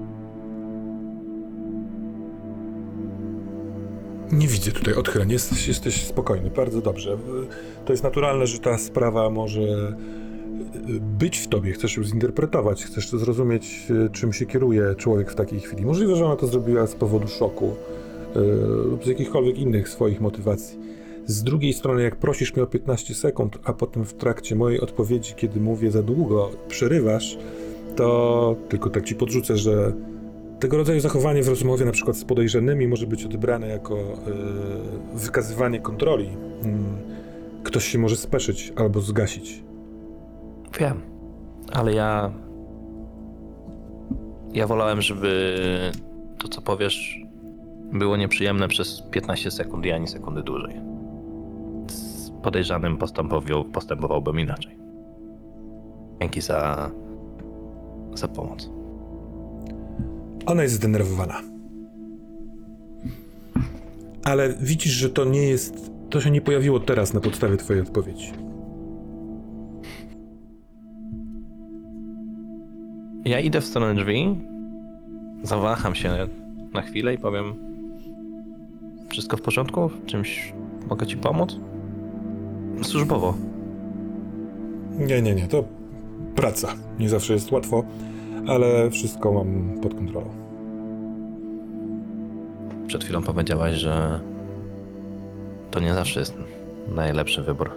Nie widzę tutaj odchyleń. Jesteś, jesteś spokojny. Bardzo dobrze. To jest naturalne, że ta sprawa może być w tobie. Chcesz ją zinterpretować. Chcesz to zrozumieć, czym się kieruje człowiek w takiej chwili. Możliwe, że ona to zrobiła z powodu szoku yy, lub z jakichkolwiek innych swoich motywacji. Z drugiej strony, jak prosisz mnie o piętnaście sekund, a potem w trakcie mojej odpowiedzi, kiedy mówię za długo, przerywasz, to tylko tak ci podrzucę, że tego rodzaju zachowanie w rozmowie na przykład z podejrzanymi może być odebrane jako yy, wykazywanie kontroli. Yy, ktoś się może speszyć albo zgasić. Wiem, ale ja... Ja wolałem, żeby to, co powiesz, było nieprzyjemne przez piętnaście sekund i ani sekundy dłużej. Z podejrzanym postępował, postępowałbym inaczej. Dzięki za... za pomoc. Ona jest zdenerwowana. Ale widzisz, że to nie jest, to się nie pojawiło teraz na podstawie twojej odpowiedzi. Ja idę w stronę drzwi, zawaham się na chwilę i powiem: wszystko w porządku? Czymś mogę ci pomóc? Służbowo. Nie, nie, nie, to praca. Nie zawsze jest łatwo, ale wszystko mam pod kontrolą. Przed chwilą powiedziałaś, że to nie zawsze jest najlepszy wybór.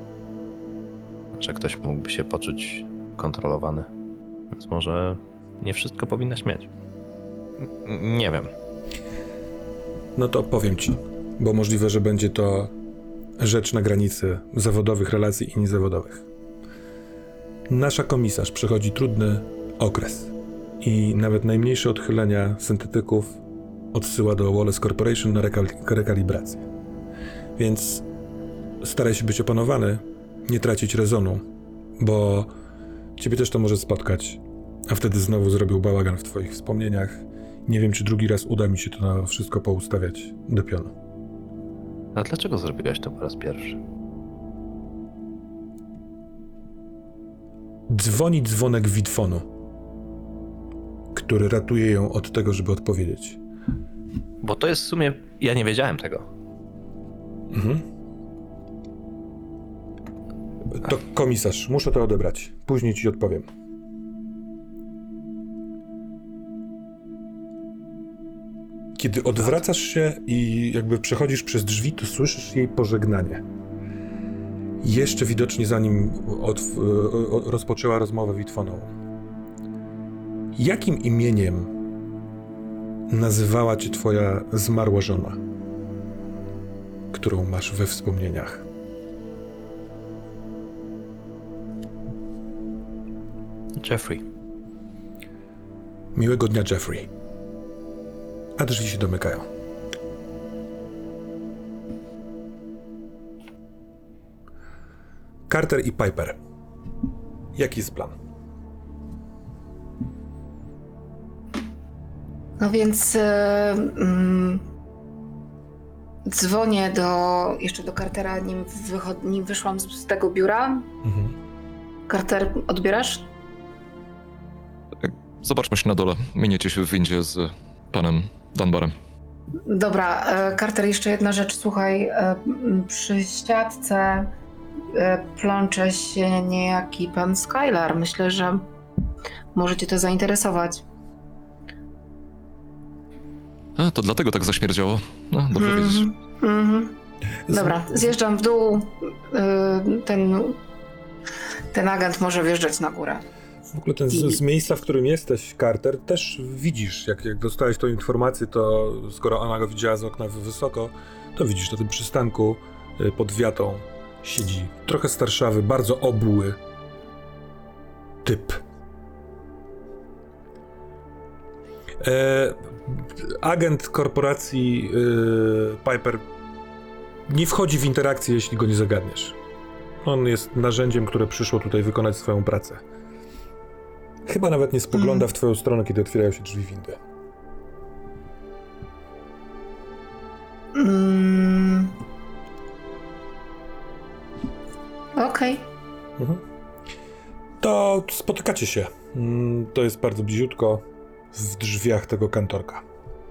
Że ktoś mógłby się poczuć kontrolowany. Więc może nie wszystko powinnaś mieć. N- nie wiem. No to powiem ci, bo możliwe, że będzie to rzecz na granicy zawodowych relacji i niezawodowych. Nasza komisarz przechodzi trudny okres i nawet najmniejsze odchylenia syntetyków odsyła do Wallace Corporation na rekal- rekalibrację. Więc staraj się być opanowany, nie tracić rezonu, bo ciebie też to może spotkać, a wtedy znowu zrobił bałagan w twoich wspomnieniach. Nie wiem, czy drugi raz uda mi się to na wszystko poustawiać do pionu. A dlaczego zrobiłaś to po raz pierwszy? Dzwoni dzwonek witfonu, który ratuje ją od tego, żeby odpowiedzieć. Bo to jest w sumie... Ja nie wiedziałem tego. Mhm. To komisarz, muszę to odebrać. Później ci odpowiem. Kiedy odwracasz się i jakby przechodzisz przez drzwi, to słyszysz jej pożegnanie. Jeszcze widocznie zanim od, o, rozpoczęła rozmowę witfonową. Jakim imieniem nazywała cię twoja zmarła żona, którą masz we wspomnieniach? Jeffrey. Miłego dnia, Jeffrey. A drzwi się domykają. Carter i Piper. Jaki jest plan? No więc e, mm, dzwonię do, jeszcze do Cartera, nim, wychod, nim wyszłam z, z tego biura. Mhm. Carter, odbierasz? Zobaczmy się na dole. Miniecie się w windzie z panem Dunbarem. Dobra, e, Carter, jeszcze jedna rzecz. Słuchaj, e, m, przy ściatce e, plącze się niejaki pan Skylar. Myślę, że może cię to zainteresować. A, to dlatego tak zaśmierdziało. No, dobrze Mhm, wiedzieć. mhm. Dobra, zjeżdżam w dół. E, ten, ten agent może wjeżdżać na górę. W ogóle ten z, z miejsca, w którym jesteś, Carter, też widzisz, jak, jak dostałeś tą informację, to skoro ona go widziała z okna wysoko, to widzisz, na tym przystanku y, pod wiatą siedzi trochę starszawy, bardzo obły typ. E, agent korporacji y, Piper nie wchodzi w interakcję, jeśli go nie zagadniesz. On jest narzędziem, które przyszło tutaj wykonać swoją pracę. Chyba nawet nie spogląda Mhm. w twoją stronę, kiedy otwierają się drzwi windy. Mm. Okej. Mhm. To spotykacie się. Mm, To jest bardzo bliziutko w drzwiach tego kantorka.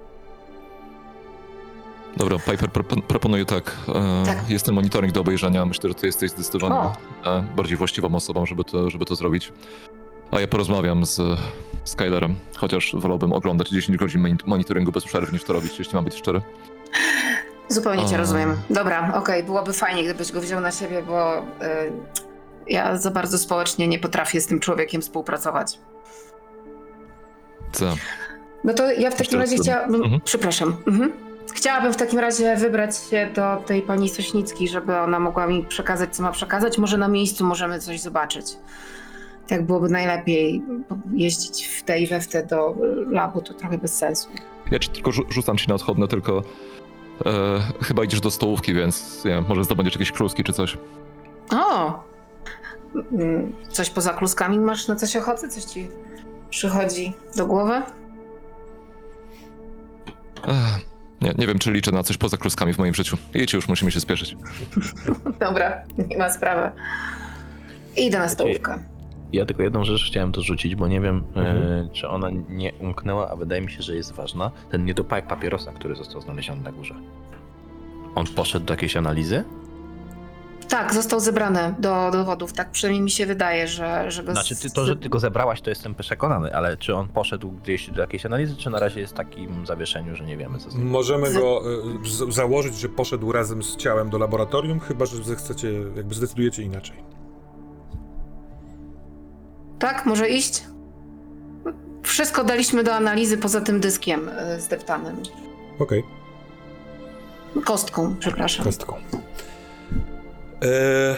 Dobra, Piper pro, proponuje tak. E, Tak. Jest ten monitoring do obejrzenia. Myślę, że ty jesteś zdecydowanie O. e, bardziej właściwą osobą, żeby to, żeby to zrobić. A ja porozmawiam z Skylerem, chociaż wolałbym oglądać dziesięć godzin moni- monitoringu bez przerwy niż to robić, jeśli mam być szczery. Zupełnie cię A. rozumiem. Dobra, okej, byłoby fajnie, gdybyś go wziął na siebie, bo y, ja za bardzo społecznie nie potrafię z tym człowiekiem współpracować. Co? No to ja w takim Jeszcze razie raz, chciałabym... mhm. Przepraszam. Mhm. Chciałabym w takim razie wybrać się do tej pani Sośnickiej, żeby ona mogła mi przekazać, co ma przekazać. Może na miejscu możemy coś zobaczyć. Tak byłoby najlepiej. Bo jeździć w te i we w te do labu to trochę bez sensu. Ja ci tylko rzu- rzucam ci na odchodne, tylko e, chyba idziesz do stołówki, więc nie wiem, może zdobędziesz jakieś kluski czy coś. O! Mm, Coś poza kluskami masz na coś ochotę? Coś ci przychodzi do głowy? Ech, Nie, nie wiem, czy liczę na coś poza kluskami w moim życiu. Idźcie już, musimy się spieszyć. Dobra, nie ma sprawy. Idę na stołówkę. Ja tylko jedną rzecz chciałem dorzucić, bo nie wiem, Mhm. e, czy ona nie umknęła, a wydaje mi się, że jest ważna. Ten niedopałek papierosa, który został znaleziony na górze. On poszedł do jakiejś analizy? Tak, został zebrany do dowodów. Tak przynajmniej mi się wydaje, że, że go... Znaczy, z- ty, to, że ty go zebrałaś, to jestem przekonany, ale czy on poszedł gdzieś do jakiejś analizy, czy na razie jest w takim zawieszeniu, że nie wiemy, co z nim? Możemy Z- go y, z- założyć, że poszedł razem z ciałem do laboratorium, chyba że zechcecie, jakby zdecydujecie inaczej. Tak, może iść? Wszystko daliśmy do analizy poza tym dyskiem y, zdeptanym. Okej, Kostką, przepraszam. kostką. E,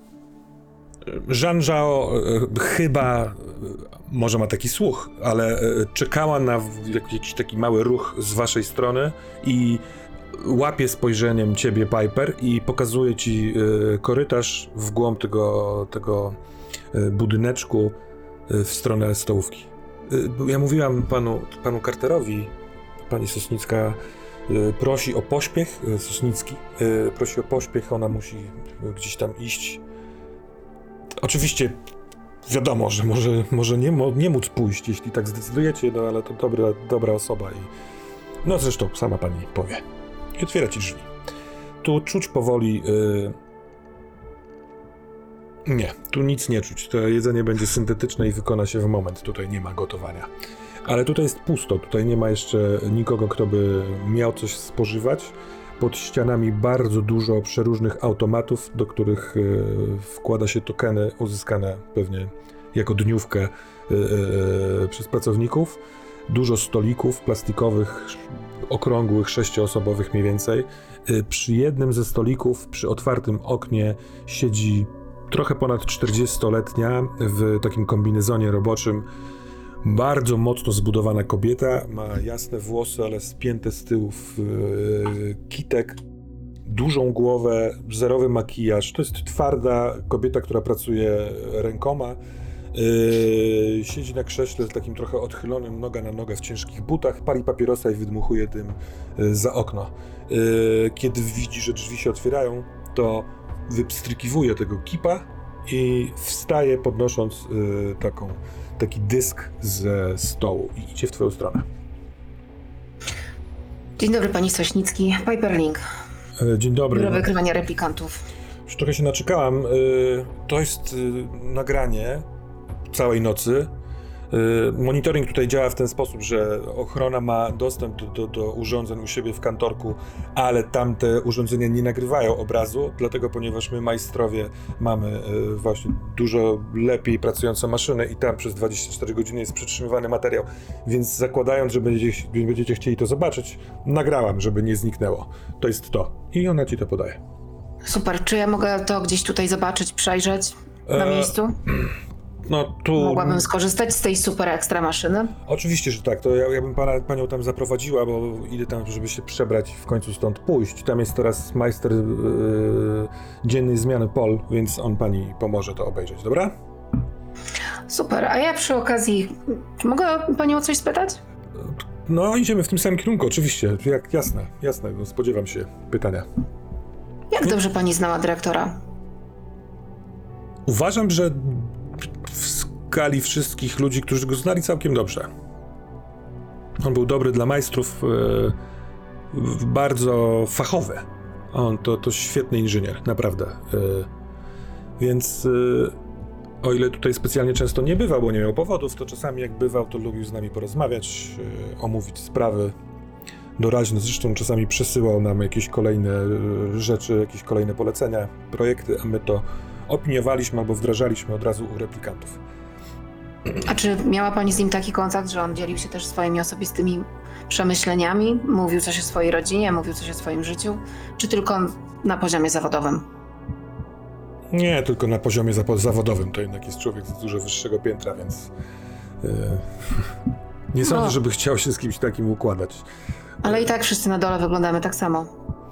Jean Zhao e, chyba, e, może ma taki słuch, ale e, czekała na w- jak- jakiś taki mały ruch z waszej strony i łapie spojrzeniem ciebie, Piper, i pokazuje ci e, korytarz w głąb tego, tego e, budyneczku e, w stronę stołówki. E, Ja mówiłam panu, panu Carterowi, pani Sosnicka y, prosi o pośpiech, y, Sosnicki y, prosi o pośpiech, ona musi y, gdzieś tam iść. Oczywiście wiadomo, że może, może nie, mo, nie móc pójść, jeśli tak zdecydujecie, no ale to dobra, dobra osoba i no zresztą sama pani powie. I otwiera ci drzwi. Tu czuć powoli y, nie, tu nic nie czuć. To jedzenie będzie syntetyczne i wykona się w moment. Tutaj nie ma gotowania. Ale tutaj jest pusto, tutaj nie ma jeszcze nikogo, kto by miał coś spożywać. Pod ścianami bardzo dużo przeróżnych automatów, do których y, wkłada się tokeny uzyskane pewnie jako dniówkę y, y, przez pracowników. Dużo stolików plastikowych, okrągłych, sześcioosobowych mniej więcej. Y, przy jednym ze stolików, przy otwartym oknie siedzi trochę ponad czterdziestoletnia w takim kombinezonie roboczym bardzo mocno zbudowana kobieta, ma jasne włosy, ale spięte z tyłu w yy, kitek, dużą głowę, zerowy makijaż. To jest twarda kobieta, która pracuje rękoma. Yy, siedzi na krześle z takim trochę odchylonym, noga na nogę w ciężkich butach, pali papierosa i wydmuchuje tym yy, za okno. Yy, kiedy widzi, że drzwi się otwierają, to wypstrykiwuje tego kipa i wstaje, podnosząc yy, taką taki dysk ze stołu i idzie w twoją stronę. Dzień dobry, pani Sośnicki. Piper Link, E, Dzień dobry. Biuro Wykrywania Replikantów. Już trochę się naczekałam. E, To jest e, nagranie całej nocy. E, Monitoring tutaj działa w ten sposób, że ochrona ma dostęp do, do, do urządzeń u siebie w kantorku, ale tamte urządzenia nie nagrywają obrazu, dlatego ponieważ my majstrowie mamy e, właśnie dużo lepiej pracujące maszyny i tam przez dwadzieścia cztery godziny jest przytrzymywany materiał, więc zakładając, że będziecie, będziecie chcieli to zobaczyć, nagrałam, żeby nie zniknęło. To jest to. I ona ci to podaje. Super, czy ja mogę to gdzieś tutaj zobaczyć, przejrzeć na E, miejscu? No tu... Mogłabym skorzystać z tej super ekstra maszyny? Oczywiście, że tak. To ja, ja bym pana, panią tam zaprowadziła, bo idę tam, żeby się przebrać i w końcu stąd pójść. Tam jest teraz majster yy, dziennej zmiany Pol, więc on pani pomoże to obejrzeć, dobra? Super, a ja przy okazji, czy mogę panią o coś spytać? No, idziemy w tym samym kierunku, oczywiście. Jak, jasne, jasne. No, spodziewam się pytania. Jak dobrze pani znała dyrektora? Uważam, że w skali wszystkich ludzi, którzy go znali, całkiem dobrze. On był dobry dla majstrów, yy, bardzo fachowy. On to, to świetny inżynier, naprawdę. Yy, więc yy, o ile tutaj specjalnie często nie bywał, bo nie miał powodów, to czasami jak bywał, to lubił z nami porozmawiać, yy, omówić sprawy doraźne. Zresztą czasami przesyłał nam jakieś kolejne yy, rzeczy, jakieś kolejne polecenia, projekty, a my to opiniowaliśmy albo wdrażaliśmy od razu u replikantów. A czy miała pani z nim taki kontakt, że on dzielił się też swoimi osobistymi przemyśleniami? Mówił coś o swojej rodzinie, mówił coś o swoim życiu? Czy tylko na poziomie zawodowym? Nie, tylko na poziomie zapo- zawodowym. To jednak jest człowiek z dużo wyższego piętra, więc yy, nie sądzę, No. żeby chciał się z kimś takim układać. Ale i tak wszyscy na dole wyglądamy tak samo.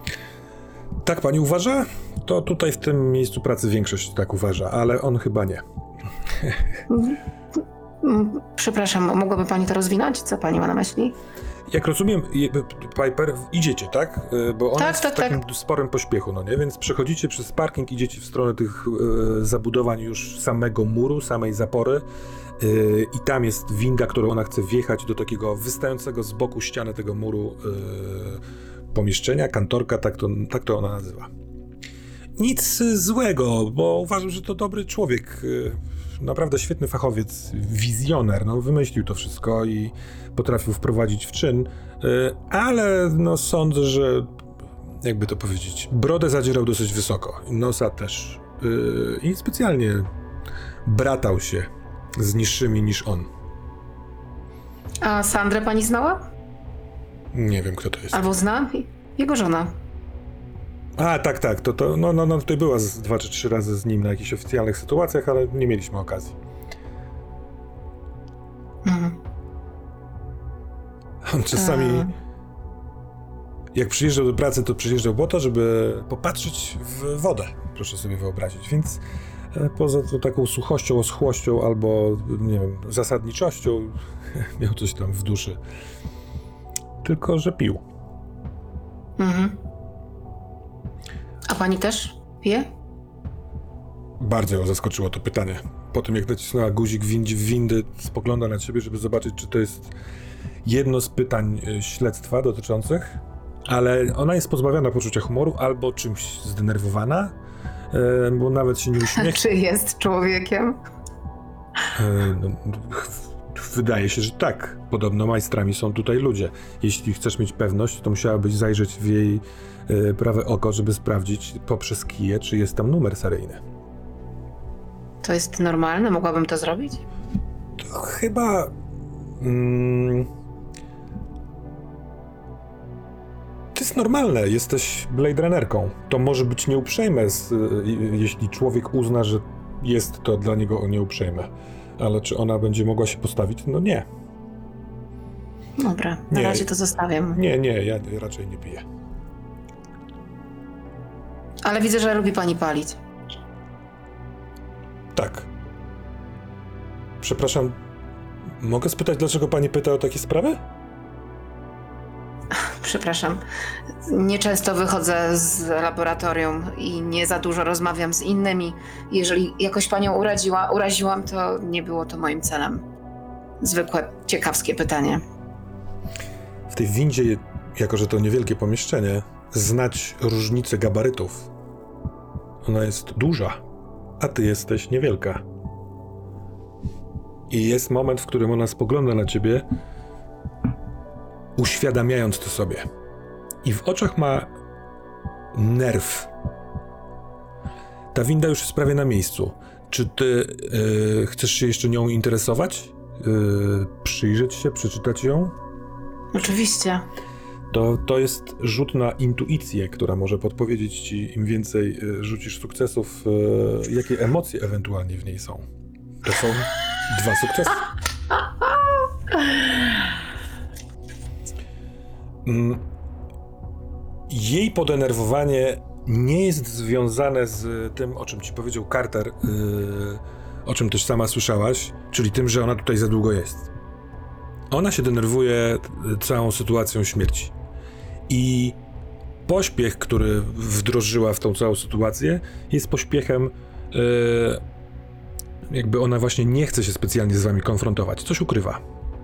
Tak pani uważa? To tutaj w tym miejscu pracy większość tak uważa, ale on chyba nie. Mm, Przepraszam, mogłaby pani to rozwinąć? Co pani ma na myśli? Jak rozumiem, je- Piper, idziecie, tak? Y, Bo ona Tak, jest tak, w takim sporym pośpiechu, no nie? Więc przechodzicie przez parking, idziecie w stronę tych y, zabudowań już samego muru, samej zapory y, i tam jest winda, którą ona chce wjechać do takiego wystającego z boku ściany tego muru y, pomieszczenia, kantorka, tak to, tak to ona nazywa. Nic złego, bo uważam, że to dobry człowiek, y, naprawdę świetny fachowiec, wizjoner, no wymyślił to wszystko i potrafił wprowadzić w czyn, y, ale no sądzę, że jakby to powiedzieć, brodę zadzierał dosyć wysoko, nosa też y, i specjalnie bratał się z niższymi niż on. A Sandrę pani znała? Nie wiem, kto to jest. Albo zna? Jego żona. A, tak, tak, to, to no, no, no tutaj była z dwa czy trzy razy z nim na jakichś oficjalnych sytuacjach, ale nie mieliśmy okazji. Mhm. On czasami, A. jak przyjeżdżał do pracy, to przyjeżdżał po to, żeby popatrzeć w wodę, proszę sobie wyobrazić, więc e, poza tą taką suchością, oschłością albo, nie wiem, zasadniczością, miał coś tam w duszy. Tylko, że pił. Mhm. A pani też pije? Bardzo ją zaskoczyło to pytanie. Po tym, jak nacisnęła guzik wind- windy, spogląda na ciebie, żeby zobaczyć, czy to jest jedno z pytań y, śledztwa dotyczących, ale ona jest pozbawiona poczucia humoru albo czymś zdenerwowana, y, bo nawet się nie uśmiecha. Czy jest człowiekiem? Y, no, ch- wydaje się, że tak. Podobno majstrami są tutaj ludzie. Jeśli chcesz mieć pewność, to musiałabyś zajrzeć w jej y, prawe oko, żeby sprawdzić poprzez kije, czy jest tam numer seryjny. To jest normalne? Mogłabym to zrobić? To chyba... Mm, to jest normalne, jesteś Blade Runnerką. To może być nieuprzejme, z, jeśli człowiek uzna, że jest to dla niego nieuprzejme. Ale czy ona będzie mogła się postawić? No nie. Dobra, na Nie. razie to zostawiam. Nie, nie, ja raczej nie piję. Ale widzę, że lubi pani palić. Tak. Przepraszam, mogę spytać, dlaczego pani pyta o takie sprawy? Przepraszam. Nieczęsto wychodzę z laboratorium i nie za dużo rozmawiam z innymi. Jeżeli jakoś panią uraziła, uraziłam, to nie było to moim celem. Zwykłe, ciekawskie pytanie. W tej windzie, jako że to niewielkie pomieszczenie, znać różnicę gabarytów. Ona jest duża, a ty jesteś niewielka. I jest moment, w którym ona spogląda na ciebie, uświadamiając to sobie. I w oczach ma nerw. Ta winda już jest prawie na miejscu. Czy ty yy, chcesz się jeszcze nią interesować? Yy, przyjrzeć się, przeczytać ją? Oczywiście. To, to jest rzut na intuicję, która może podpowiedzieć ci, im więcej y, rzucisz sukcesów, y, jakie emocje ewentualnie w niej są. To są dwa sukcesy. Mm. Jej podenerwowanie nie jest związane z tym, o czym ci powiedział Carter, y, o czym też sama słyszałaś, czyli tym, że ona tutaj za długo jest. Ona się denerwuje całą sytuacją śmierci. I pośpiech, który wdrożyła w tą całą sytuację, jest pośpiechem, yy, jakby ona właśnie nie chce się specjalnie z wami konfrontować. Coś ukrywa.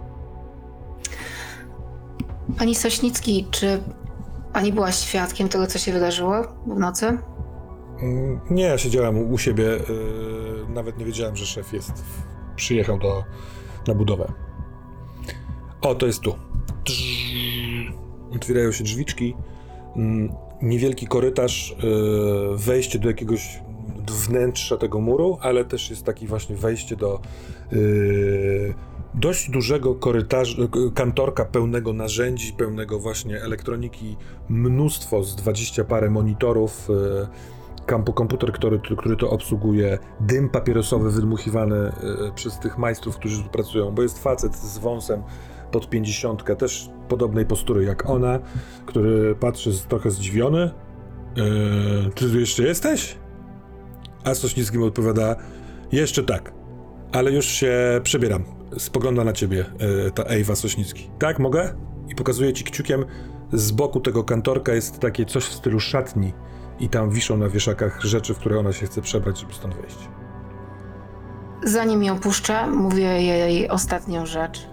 Pani Sośnicki, czy pani była świadkiem tego, co się wydarzyło w nocy? Mm, Nie, ja siedziałem u siebie, yy, nawet nie wiedziałem, że szef jest, przyjechał do, na budowę. O, to jest tu. Otwierają się drzwiczki, mm, niewielki korytarz, yy, wejście do jakiegoś wnętrza tego muru, ale też jest taki właśnie wejście do yy, dość dużego korytarza, kantorka pełnego narzędzi, pełnego właśnie elektroniki, mnóstwo z dwadzieścia parę monitorów, yy, kampu komputer, który, który to obsługuje, dym papierosowy wydmuchiwany yy, przez tych majstrów, którzy tu pracują, bo jest facet z wąsem pod pięćdziesiątkę, też podobnej postury jak ona, który patrzy z, trochę zdziwiony. Yy, czy tu jeszcze jesteś? A Sośnicki mu odpowiada, jeszcze tak, ale już się przebieram. spogląda na ciebie e, ta Ewa Sośnicki. Tak, mogę? I pokazuje ci kciukiem, z boku tego kantorka jest takie coś w stylu szatni i tam wiszą na wieszakach rzeczy, w które ona się chce przebrać, żeby stąd wyjść. Zanim ją puszczę, mówię jej ostatnią rzecz.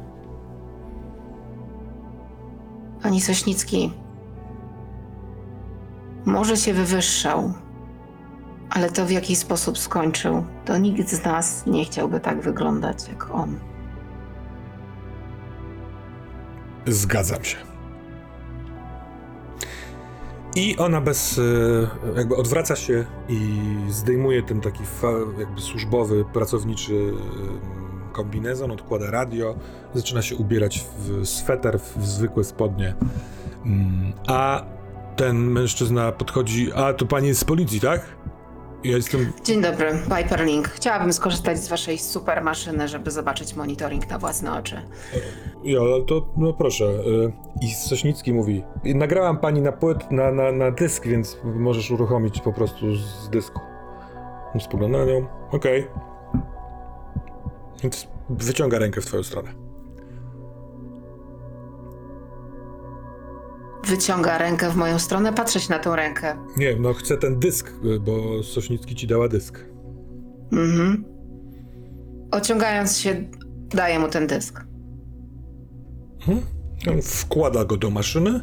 Pani Sośnicki, może się wywyższał, ale to w jaki sposób skończył, to nikt z nas nie chciałby tak wyglądać jak on. Zgadzam się. I ona bez, jakby odwraca się i zdejmuje ten taki jakby służbowy, pracowniczy kombinezon, odkłada radio, zaczyna się ubierać w sweter, w zwykłe spodnie. A ten mężczyzna podchodzi, a to pani jest z policji, tak? Ja jestem... Dzień dobry, Piper Link. Chciałabym skorzystać z waszej super maszyny, żeby zobaczyć monitoring na własne oczy. Ja, to no proszę. I Sośnicki mówi, nagrałam pani na płyt, na, na, na dysk, więc możesz uruchomić po prostu z dysku. Spogląda na nią, okej. Okay. Więc wyciąga rękę w twoją stronę. Wyciąga rękę w moją stronę, patrzeć na tą rękę. Nie, no chcę ten dysk, bo Sośnicki ci dała dysk. Mhm. Ociągając się, daję mu ten dysk. Hmm? On wkłada go do maszyny.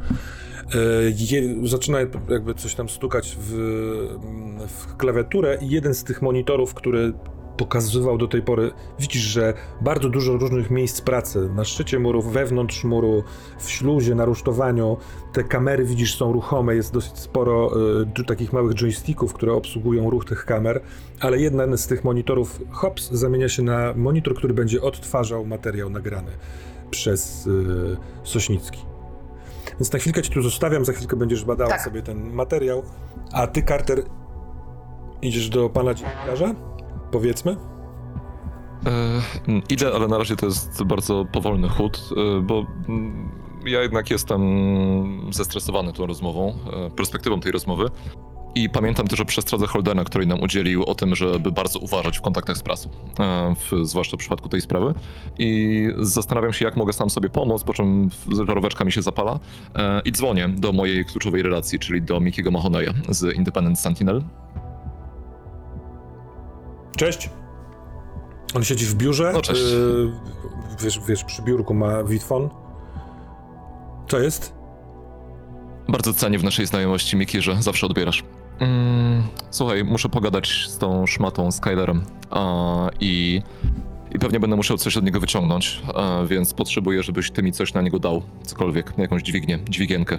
Je, zaczyna jakby coś tam stukać w, w klawiaturę i jeden z tych monitorów, który pokazywał do tej pory, widzisz, że bardzo dużo różnych miejsc pracy, na szczycie muru, wewnątrz muru, w śluzie, na rusztowaniu, te kamery widzisz są ruchome, jest dosyć sporo y, takich małych joysticków, które obsługują ruch tych kamer, ale jeden z tych monitorów, hops, zamienia się na monitor, który będzie odtwarzał materiał nagrany przez y, Sośnicki. Więc na chwilkę cię tu zostawiam, za chwilkę będziesz badała tak. sobie ten materiał, a ty, Carter, idziesz do pana dziennikarza? Powiedzmy? E, idę, ale na razie to jest bardzo powolny chód, e, bo m, ja jednak jestem zestresowany tą rozmową, e, perspektywą tej rozmowy. I pamiętam też o przestrodze Holdena, której nam udzielił o tym, żeby bardzo uważać w kontaktach z prasą, e, w, zwłaszcza w przypadku tej sprawy. I zastanawiam się, jak mogę sam sobie pomóc, po czym żaróweczka mi się zapala e, i dzwonię do mojej kluczowej relacji, czyli do Mickiego Mahoneya z Independent Sentinel. Cześć. On siedzi w biurze. No cześć. Yy, wiesz, wiesz, przy biurku ma Witfon. Co jest? Bardzo cenię w naszej znajomości, Miki, że zawsze odbierasz. Mm, słuchaj, muszę pogadać z tą szmatą Skylerem a, i, i pewnie będę musiał coś od niego wyciągnąć, a, więc potrzebuję, żebyś ty mi coś na niego dał, cokolwiek, jakąś dźwignię, dźwigienkę.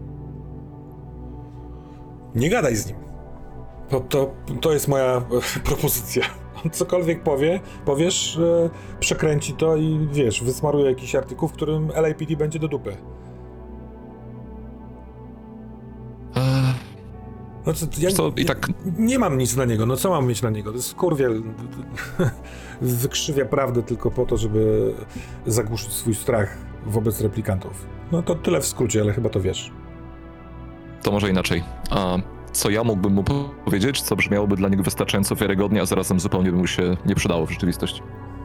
Nie gadaj z nim. To, to, to jest moja e, propozycja. On cokolwiek powie, powiesz, e, przekręci to i wiesz, wysmaruje jakiś artykuł, w którym L A P D będzie do dupy. Eee, No co, ja co, i nie, tak... nie mam nic na niego, no co mam mieć na niego? To jest skurwiel. Wykrzywia prawdę tylko po to, żeby zagłuszyć swój strach wobec replikantów. No to tyle w skrócie, ale chyba to wiesz. To może inaczej. A co ja mógłbym mu powiedzieć, co brzmiałoby dla niego wystarczająco wiarygodnie, a zarazem zupełnie by mu się nie przydało w rzeczywistości?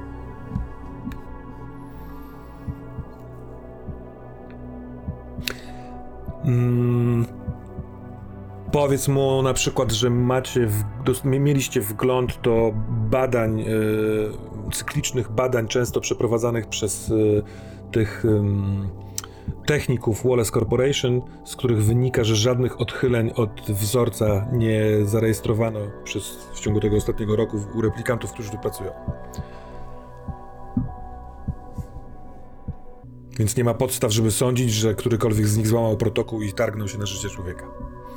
Mm, powiedz mu na przykład, że macie w, dos, mieliście wgląd do badań, e, cyklicznych badań, często przeprowadzanych przez e, tych e, techników Wallace Corporation, z których wynika, że żadnych odchyleń od wzorca nie zarejestrowano przez, w ciągu tego ostatniego roku u replikantów, którzy tu pracują. Więc nie ma podstaw, żeby sądzić, że którykolwiek z nich złamał protokół i targnął się na życie człowieka.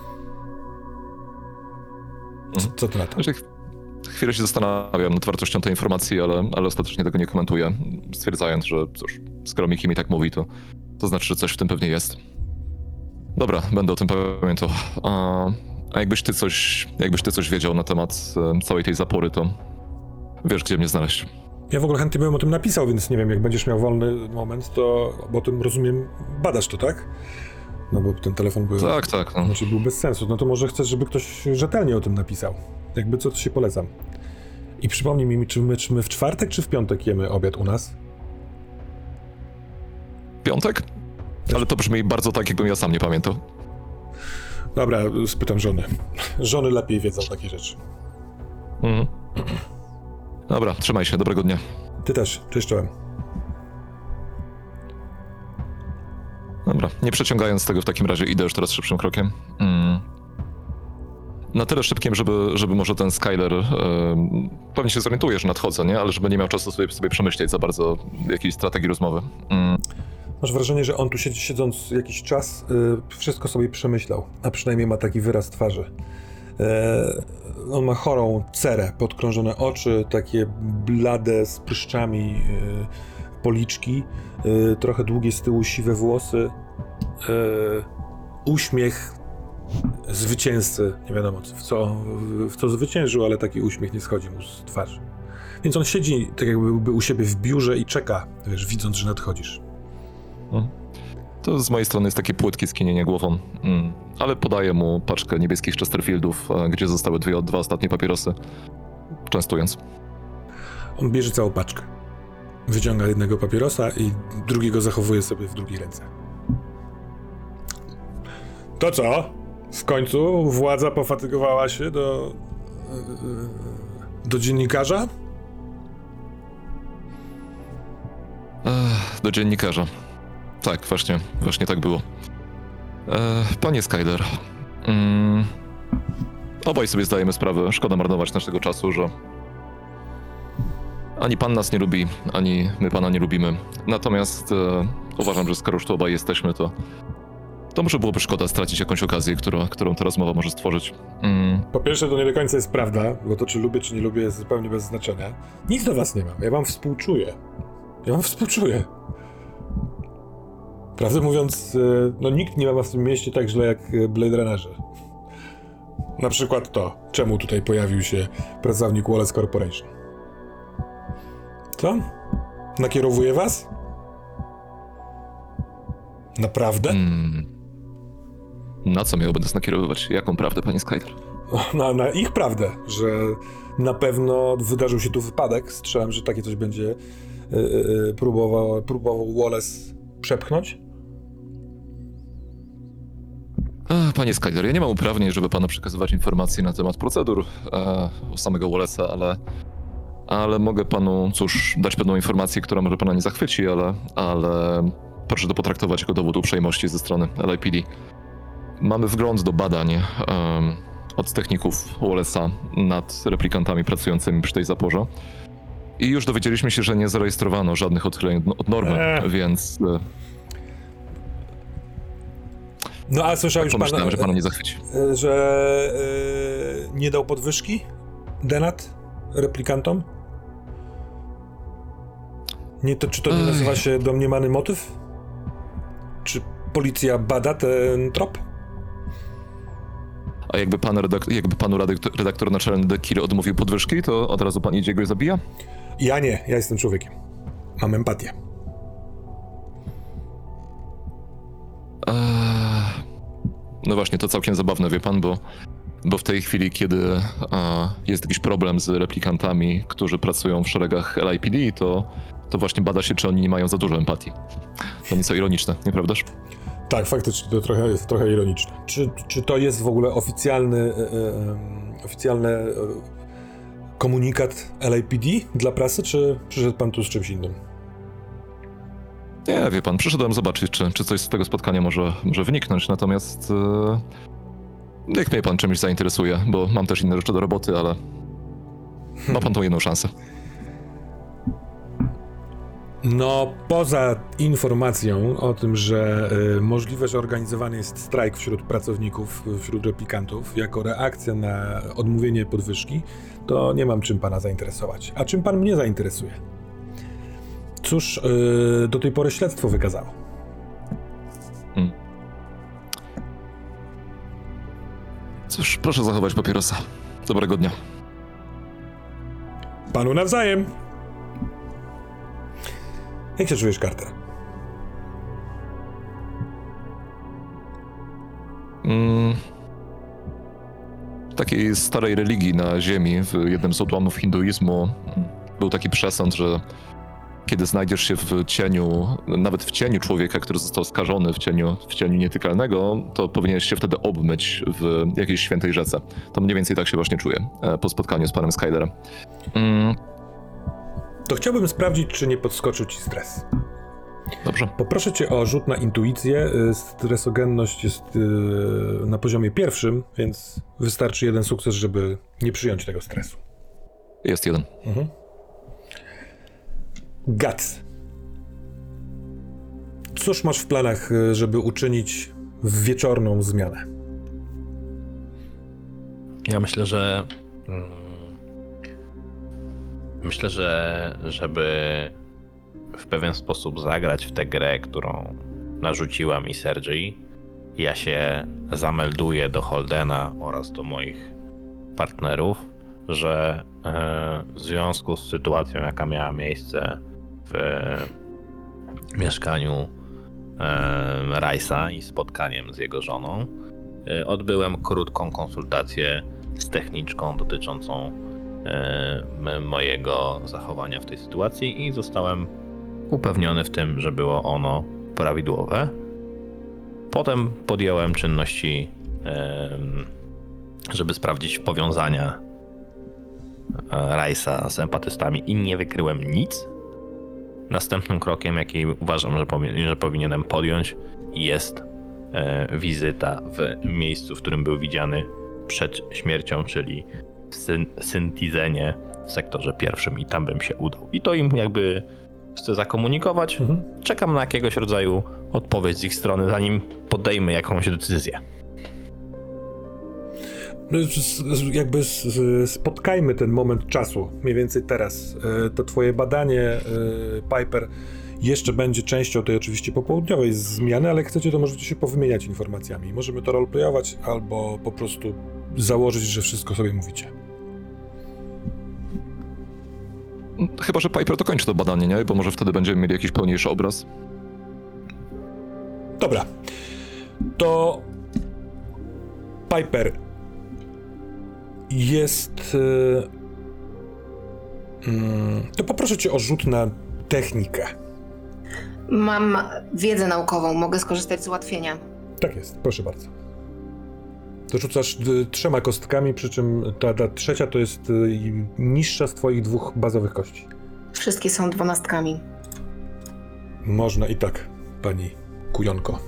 Co, co ty na to? Chwilę się zastanawiam nad wartością tej informacji, ale, ale ostatecznie tego nie komentuję, stwierdzając, że cóż, skoro Miki mi tak mówi, to, to znaczy, że coś w tym pewnie jest. Dobra, będę o tym pamiętał. A, a jakbyś ty coś, jakbyś ty coś wiedział na temat e, całej tej zapory, to wiesz, gdzie mnie znaleźć. Ja w ogóle chętnie bym o tym napisał, więc nie wiem, jak będziesz miał wolny moment, to bo o tym, rozumiem, badasz to, tak? No bo ten telefon był... Tak, tak. No. Znaczy był bez sensu. No to może chcesz, żeby ktoś rzetelnie o tym napisał. Jakby co, to się polecam. I przypomnij mi, czy my, czy my w czwartek, czy w piątek jemy obiad u nas? Piątek? Ale to brzmi bardzo tak, jakbym ja sam nie pamiętał. Dobra, spytam żony. Żony lepiej wiedzą takie rzeczy. Mhm. Dobra, trzymaj się, dobrego dnia. Ty też, cześć czołem. Dobra, nie przeciągając tego w takim razie idę już teraz szybszym krokiem. Mm. Na tyle szybkim, żeby, żeby może ten Skyler, e, pewnie się zorientuje, że nadchodzę, nie? Ale żeby nie miał czasu sobie, sobie przemyśleć za bardzo jakiejś strategii rozmowy. Mm. Masz wrażenie, że on tu siedzi, siedząc jakiś czas, y, wszystko sobie przemyślał, a przynajmniej ma taki wyraz twarzy. E, on ma chorą cerę, podkrążone oczy, takie blade z pryszczami y, policzki, y, trochę długie z tyłu siwe włosy, y, uśmiech zwycięzcy, nie wiadomo w co, w co zwyciężył, ale taki uśmiech nie schodzi mu z twarzy. Więc on siedzi tak jakby byłby u siebie w biurze i czeka, wiesz, widząc, że nadchodzisz. To z mojej strony jest takie płytkie skinienie głową, mm. ale podaję mu paczkę niebieskich Chesterfieldów, e, gdzie zostały dwie, dwa ostatnie papierosy, częstując. On bierze całą paczkę. Wyciąga jednego papierosa i drugiego zachowuje sobie w drugiej ręce. To co? W końcu władza pofatygowała się do... do dziennikarza? Ech, do dziennikarza. Tak, właśnie, właśnie tak było. E, panie Skyler, mm, obaj sobie zdajemy sprawę, szkoda marnować naszego czasu, że ani pan nas nie lubi, ani my pana nie lubimy. Natomiast e, uważam, że skoro już tu obaj jesteśmy, to to może byłoby szkoda stracić jakąś okazję, która, którą ta rozmowa może stworzyć. Mm. Po pierwsze, to nie do końca jest prawda, bo to czy lubię, czy nie lubię jest zupełnie bez znaczenia. Nic do was nie mam, ja wam współczuję. Ja wam współczuję. Prawdę mówiąc, no nikt nie ma w tym mieście tak źle jak Blade Runnerzy. Na przykład to, czemu tutaj pojawił się pracownik Wallace Corporation. Co? Nakierowuje was? Naprawdę? Mm. Na co miałby nas nakierowywać? Jaką prawdę, panie Skyler? Na, na ich prawdę, że na pewno wydarzył się tu wypadek. Strzelam, że takie coś będzie yy, yy, próbował, próbował Wallace przepchnąć. Ech, panie Skyler, ja nie mam uprawnień, żeby panu przekazywać informacje na temat procedur e, u samego Wallace'a, ale, ale mogę panu, cóż, dać pewną informację, która może pana nie zachwyci, ale, ale proszę to potraktować jako dowód uprzejmości ze strony L A P D. Mamy wgląd do badań um, od techników Wallace'a nad replikantami pracującymi przy tej zaporze. I już dowiedzieliśmy się, że nie zarejestrowano żadnych odchyleń od normy, Eee. więc e, No a słyszał już pan, pomyślałem, że panu nie zachwyci. e, że e, nie dał podwyżki Denat replikantom? Nie, to, czy to nie Ej. nazywa się domniemany motyw? Czy policja bada ten trop? A jakby, pan redak- jakby panu redaktor, redaktor naczelny Dekir odmówił podwyżki, to od razu pan idzie go i zabija? Ja nie, ja jestem człowiekiem. Mam empatię. Eee, no właśnie, to całkiem zabawne, wie pan, bo, bo w tej chwili, kiedy e, jest jakiś problem z replikantami, którzy pracują w szeregach L A P D, to, to właśnie bada się, czy oni nie mają za dużo empatii. To nieco ironiczne, nieprawdaż? Tak, faktycznie, to trochę jest trochę ironiczne. Czy, czy to jest w ogóle oficjalny, e, e, oficjalny e, komunikat L A P D dla prasy, czy przyszedł pan tu z czymś innym? Nie, wie pan, przyszedłem zobaczyć, czy, czy coś z tego spotkania może, może wyniknąć, natomiast e, niech mnie pan czymś zainteresuje, bo mam też inne rzeczy do roboty, ale ma pan tą jedną szansę. No, poza informacją o tym, że y, możliwe, że organizowany jest strajk wśród pracowników, wśród replikantów, jako reakcja na odmówienie podwyżki, to nie mam czym pana zainteresować. A czym pan mnie zainteresuje? Cóż y, do tej pory śledztwo wykazało? Hmm. Cóż, proszę zachować papierosa. Dobrego dnia. Panu nawzajem! Jak się czujesz, Carter? Mm. takiej starej religii na ziemi, w jednym z odłamów hinduizmu, był taki przesąd, że kiedy znajdziesz się w cieniu, nawet w cieniu człowieka, który został skażony w cieniu, w cieniu nietykalnego, to powinieneś się wtedy obmyć w jakiejś świętej rzece. To mniej więcej tak się właśnie czuję po spotkaniu z panem Skylerem. Mm. To chciałbym sprawdzić, czy nie podskoczył ci stres. Dobrze. Poproszę cię o rzut na intuicję. Stresogenność jest na poziomie pierwszym, więc wystarczy jeden sukces, żeby nie przyjąć tego stresu. Jest jeden. Mhm. Guts. Cóż masz w planach, żeby uczynić wieczorną zmianę? Ja myślę, że... mm, Myślę, że żeby w pewien sposób zagrać w tę grę, którą narzuciła mi Sergei, ja się zamelduję do Holdena oraz do moich partnerów, że e, w związku z sytuacją, jaka miała miejsce w e, mieszkaniu e, Rice'a i spotkaniem z jego żoną, e, odbyłem krótką konsultację z techniczką dotyczącą e, mojego zachowania w tej sytuacji i zostałem upewniony w tym, że było ono prawidłowe. Potem podjąłem czynności, e, żeby sprawdzić powiązania Rice'a z empatystami i nie wykryłem nic. Następnym krokiem, jaki uważam, że, powi- że powinienem podjąć, jest e, wizyta w miejscu, w którym był widziany przed śmiercią, czyli w syn- Syntizenie w sektorze pierwszym i tam bym się udał. I to im jakby chcę zakomunikować. Mhm. Czekam na jakiegoś rodzaju odpowiedź z ich strony, zanim podejmę jakąś decyzję. Jakby spotkajmy ten moment czasu, mniej więcej teraz. To twoje badanie, Piper, jeszcze będzie częścią tej oczywiście popołudniowej zmiany, ale jak chcecie, to możecie się powymieniać informacjami. Możemy to roleplayować albo po prostu założyć, że wszystko sobie mówicie. Chyba że Piper dokończy to badanie, nie? Bo może wtedy będziemy mieli jakiś pełniejszy obraz. Dobra. To Piper jest... Yy, yy, to poproszę cię o rzut na technikę. Mam wiedzę naukową, mogę skorzystać z ułatwienia. Tak jest, proszę bardzo. To rzucasz y, trzema kostkami, przy czym ta, ta trzecia to jest y, niższa z twoich dwóch bazowych kości. Wszystkie są dwunastkami. Można i tak, pani kujonko.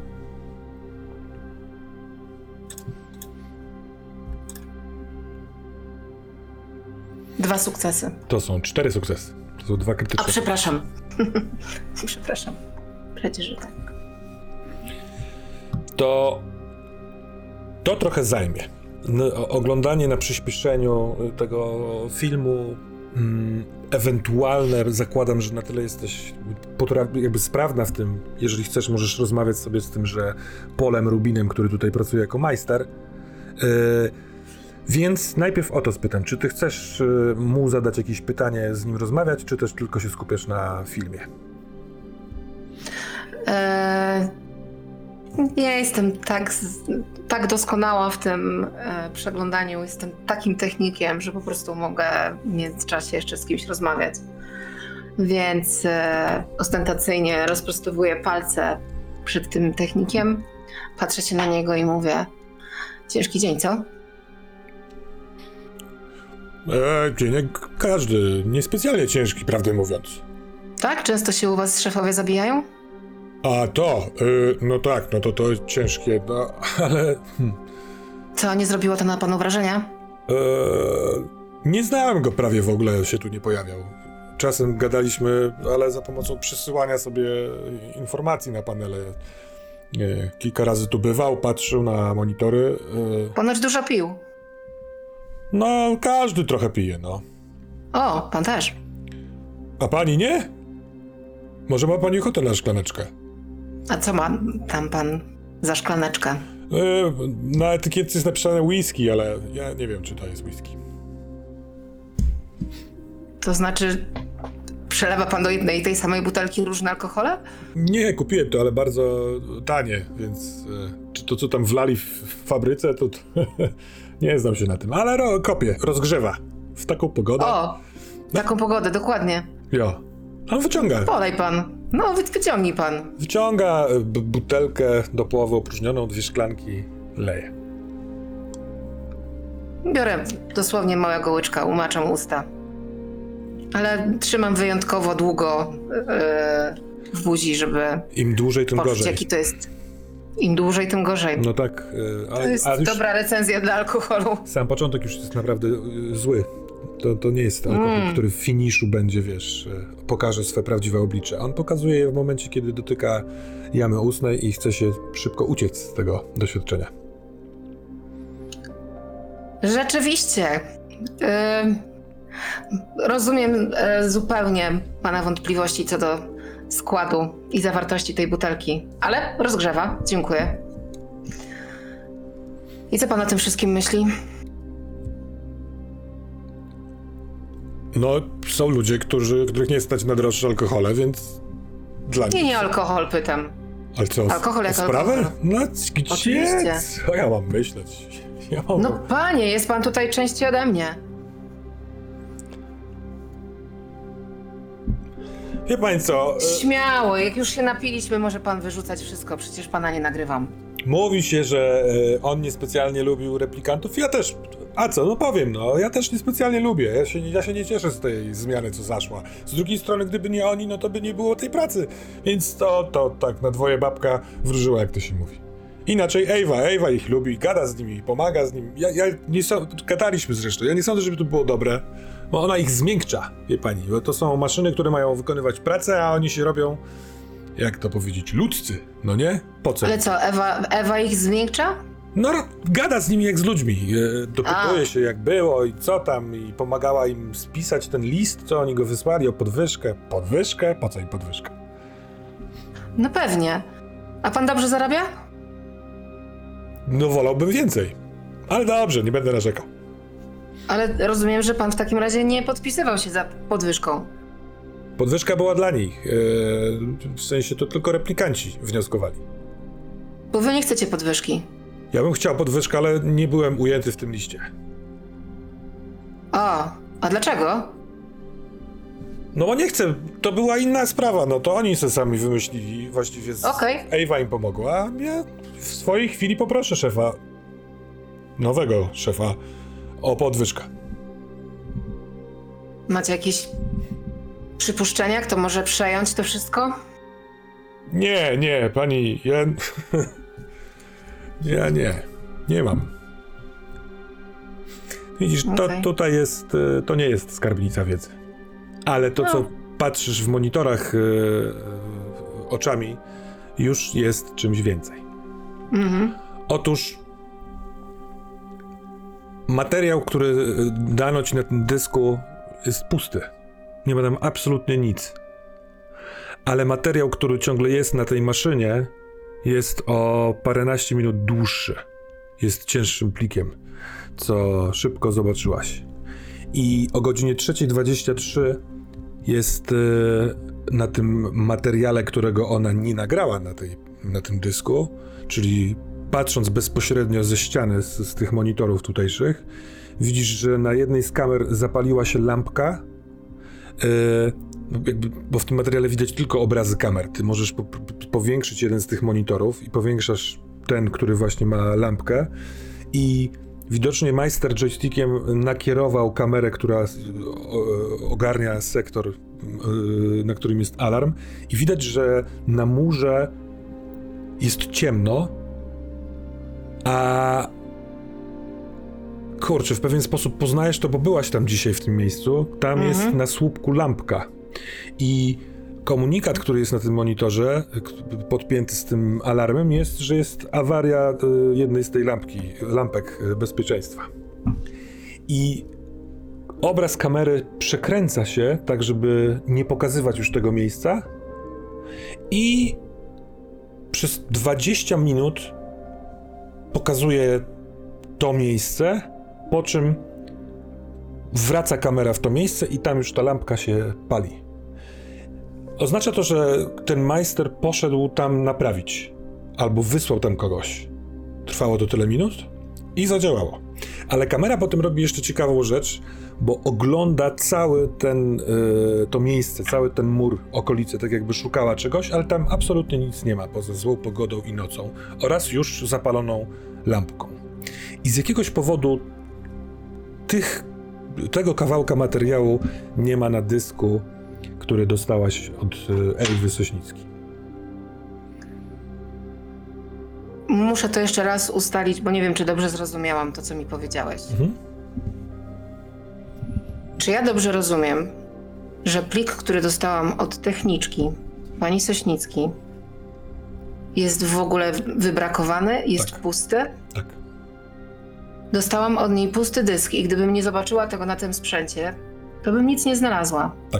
Dwa sukcesy. To są cztery sukcesy. To są dwa A krytyczne. przepraszam. Przepraszam. Przecież, że tak. To... To trochę zajmie. N- oglądanie na przyspieszeniu tego filmu, mm, ewentualne, zakładam, że na tyle jesteś potra- jakby sprawna w tym, jeżeli chcesz, możesz rozmawiać sobie z tym, że Polem Rubinem, który tutaj pracuje jako majster. Yy, więc najpierw o to spytam, czy ty chcesz yy, mu zadać jakieś pytanie, z nim rozmawiać, czy też tylko się skupiasz na filmie? Eee, ja jestem tak, z- tak doskonała w tym e, przeglądaniu, jestem takim technikiem, że po prostu mogę w międzyczasie jeszcze z kimś rozmawiać. Więc e, ostentacyjnie rozprostowuję palce przed tym technikiem, patrzę się na niego i mówię: ciężki dzień, co? Eee, dzień jak każdy, niespecjalnie ciężki, prawdę mówiąc. Tak? Często się u was szefowie zabijają? A to, y, no tak, no to to ciężkie, no, ale hmm, Co, nie zrobiło to na panu wrażenia? e, nie znałem go prawie w ogóle, się tu nie pojawiał. Czasem gadaliśmy, ale za pomocą przesyłania sobie informacji na panele. Nie, kilka razy tu bywał, patrzył na monitory. E, Ponoć dużo pił. no, każdy trochę pije, no. O, pan też. A pani nie? Może ma pani ochotę na szklaneczkę? A co ma tam pan za szklaneczkę? E, na etykietce jest napisane whisky, ale ja nie wiem, czy to jest whisky. To znaczy, przelewa pan do jednej i tej samej butelki różne alkohole? Nie, kupiłem to, ale bardzo tanie, więc e, czy to, co tam wlali w, w fabryce, to, to nie znam się na tym. Ale ro, kopię, rozgrzewa. W taką pogodę. O, taką pogodę, dokładnie. Jo. A wyciąga. Polej pan. No, wy, wyciągnij pan. Wyciąga b- butelkę do połowy opróżnioną, dwie szklanki, leje. Biorę dosłownie małego łyczka, umaczam usta. Ale trzymam wyjątkowo długo yy, w buzi, żeby Im dłużej, tym poczuć, gorzej. jaki to jest. Im dłużej, tym gorzej. No tak, e, To ale, jest ale już dobra recenzja dla alkoholu. sam początek już jest naprawdę e, zły. To, to nie jest alkohol, Mm. który w finiszu będzie, wiesz, e, pokaże swe prawdziwe oblicze. On pokazuje je w momencie, kiedy dotyka jamy ustnej i chce się szybko uciec z tego doświadczenia. Rzeczywiście. Yy, rozumiem yy, zupełnie pana wątpliwości co do składu i zawartości tej butelki, ale rozgrzewa. Dziękuję. I co pan o tym wszystkim myśli? No, są ludzie, którzy, których nie stać na droższe alkohole, więc dla Nie, nich... nie alkohol, pytam. Ale co, Alkohol o jak sprawę? alkohol. No, gdzie? Oczywiście. Co ja mam myśleć? Ja mam... No panie, jest pan tutaj częściej ode mnie. Wie pani co, e, Śmiało, jak już się napiliśmy, może pan wyrzucać wszystko, przecież pana nie nagrywam. mówi się, że e, on niespecjalnie lubił replikantów. Ja też, a co, no powiem, no, ja też niespecjalnie lubię. Ja się, ja się nie cieszę z tej zmiany, co zaszła. Z drugiej strony, gdyby nie oni, no to by nie było tej pracy. Więc to, to tak na dwoje babka wróżyła, jak to się mówi. Inaczej Ewa, Ewa ich lubi, gada z nimi, pomaga z nimi. Ja, ja nie sądzę, gadaliśmy zresztą, ja nie sądzę, żeby to było dobre, bo ona ich zmiękcza, wie pani, bo to są maszyny, które mają wykonywać pracę, a oni się robią, jak to powiedzieć, ludzcy, no nie? Po co? Ale co, Ewa, Ewa ich zmiękcza? No, gada z nimi jak z ludźmi, e, dopytuje A. się jak było i co tam i pomagała im spisać ten list, co oni go wysłali o podwyżkę. Podwyżkę? Po co im podwyżka? No pewnie. A pan dobrze zarabia? No wolałbym więcej, ale dobrze, nie będę narzekał. Ale rozumiem, że pan w takim razie nie podpisywał się za podwyżką. Podwyżka była dla nich, e, w sensie to tylko replikanci wnioskowali. Bo wy nie chcecie podwyżki. Ja bym chciał podwyżkę, ale nie byłem ujęty w tym liście. O, a dlaczego? No bo nie chcę, to była inna sprawa, no to oni se sami wymyślili, właściwie z... Okej. Ewa im pomogła, a ja w swojej chwili poproszę szefa, nowego szefa, o podwyżkę. Macie jakieś przypuszczenia, kto może przejąć to wszystko? Nie, nie, pani, ja... ja nie, nie mam. Widzisz, to Okej. tutaj jest, y, to nie jest skarbnica wiedzy. Ale to, No. co patrzysz w monitorach y, y, oczami, już jest czymś więcej. Mhm. Otóż materiał, który y, dano ci na tym dysku, jest pusty. Nie ma tam absolutnie nic. Ale materiał, który ciągle jest na tej maszynie, jest o paręnaście minut dłuższy. Jest cięższym plikiem, co szybko zobaczyłaś. I o godzinie trzecia dwadzieścia trzy jest y, na tym materiale, którego ona nie nagrała na, tej, na tym dysku, czyli patrząc bezpośrednio ze ściany, z, z tych monitorów tutejszych, widzisz, że na jednej z kamer zapaliła się lampka, y, jakby, bo w tym materiale widać tylko obrazy kamer. Ty możesz po, po, powiększyć jeden z tych monitorów i powiększasz ten, który właśnie ma lampkę i widocznie majster joystickiem nakierował kamerę, która o, ogarnia sektor, yy, na którym jest alarm i widać, że na murze jest ciemno, a kurczę, w pewien sposób poznajesz to, bo byłaś tam dzisiaj w tym miejscu. Tam Mhm. jest na słupku lampka i komunikat, który jest na tym monitorze, k- podpięty z tym alarmem, jest, że jest awaria y, jednej z tej lampki, lampek y, bezpieczeństwa. I obraz kamery przekręca się, tak żeby nie pokazywać już tego miejsca i przez dwadzieścia minut pokazuje to miejsce, po czym wraca kamera w to miejsce i tam już ta lampka się pali. Oznacza to, że ten majster poszedł tam naprawić, albo wysłał tam kogoś. Trwało to tyle minut i zadziałało. Ale kamera potem robi jeszcze ciekawą rzecz, bo ogląda cały ten, y, to miejsce, cały ten mur, okolice, tak jakby szukała czegoś, ale tam absolutnie nic nie ma poza złą pogodą i nocą oraz już zapaloną lampką. I z jakiegoś powodu tych, tego kawałka materiału nie ma na dysku, który dostałaś od y, Ewy Sośnickiej. Muszę to jeszcze raz ustalić, bo nie wiem, czy dobrze zrozumiałam to, co mi powiedziałeś. Mhm. Czy ja dobrze rozumiem, że plik, który dostałam od techniczki, pani Sośnicki, jest w ogóle wybrakowany, jest Tak. pusty? Tak. Dostałam od niej pusty dysk i gdybym nie zobaczyła tego na tym sprzęcie, to bym nic nie znalazła. Tak.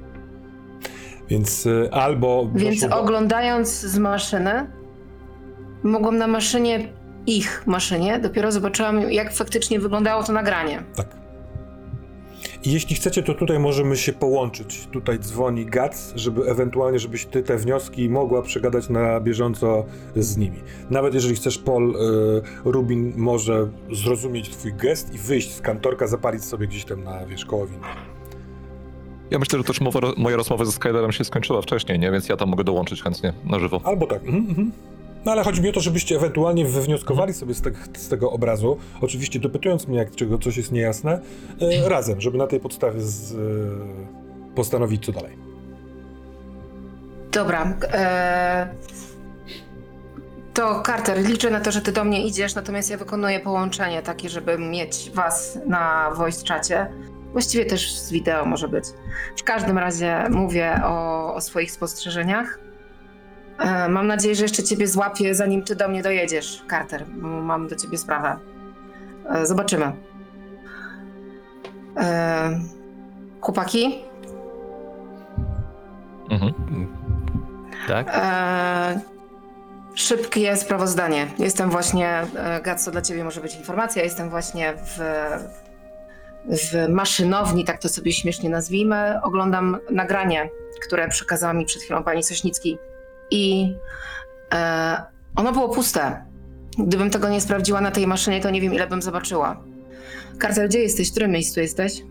Więc y, albo... Więc doszło do- oglądając z maszyny, mogłam na maszynie, ich maszynie, dopiero zobaczyłam, jak faktycznie wyglądało to nagranie. Tak. I jeśli chcecie, to tutaj możemy się połączyć. Tutaj dzwoni Gac, żeby ewentualnie, żebyś ty te wnioski mogła przegadać na bieżąco z nimi. Nawet jeżeli chcesz, Paul, y, Rubin może zrozumieć twój gest i wyjść z kantorka, zapalić sobie gdzieś tam na, wiesz, koło windy. Ja myślę, że też mowa, moja rozmowa ze Skylerem się skończyła wcześniej, nie? Więc ja tam mogę dołączyć chętnie na żywo. Albo tak. Mhm, mhm. No ale chodzi mi o to, żebyście ewentualnie wywnioskowali sobie z, te, z tego obrazu, oczywiście dopytując mnie, jak czego coś jest niejasne, y, razem, żeby na tej podstawie z, y, postanowić, co dalej. Dobra. E... To Carter, liczę na to, że ty do mnie idziesz, natomiast ja wykonuję połączenie takie, żeby mieć was na voice czacie. Właściwie też z wideo może być. W każdym razie mówię o, o swoich spostrzeżeniach. E, mam nadzieję, że jeszcze ciebie złapię, zanim ty do mnie dojedziesz, Carter. Bo mam do ciebie sprawę. E, zobaczymy. E, chłopaki? Mhm. Tak? E, szybkie sprawozdanie. Jestem właśnie, e, Gac, to dla ciebie może być informacja, jestem właśnie w, w maszynowni, tak to sobie śmiesznie nazwijmy. Oglądam nagranie, które przekazała mi przed chwilą pani Sośnicki i e, ono było puste. Gdybym tego nie sprawdziła na tej maszynie, to nie wiem, ile bym zobaczyła. Carter, gdzie jesteś? W którym miejscu jesteś?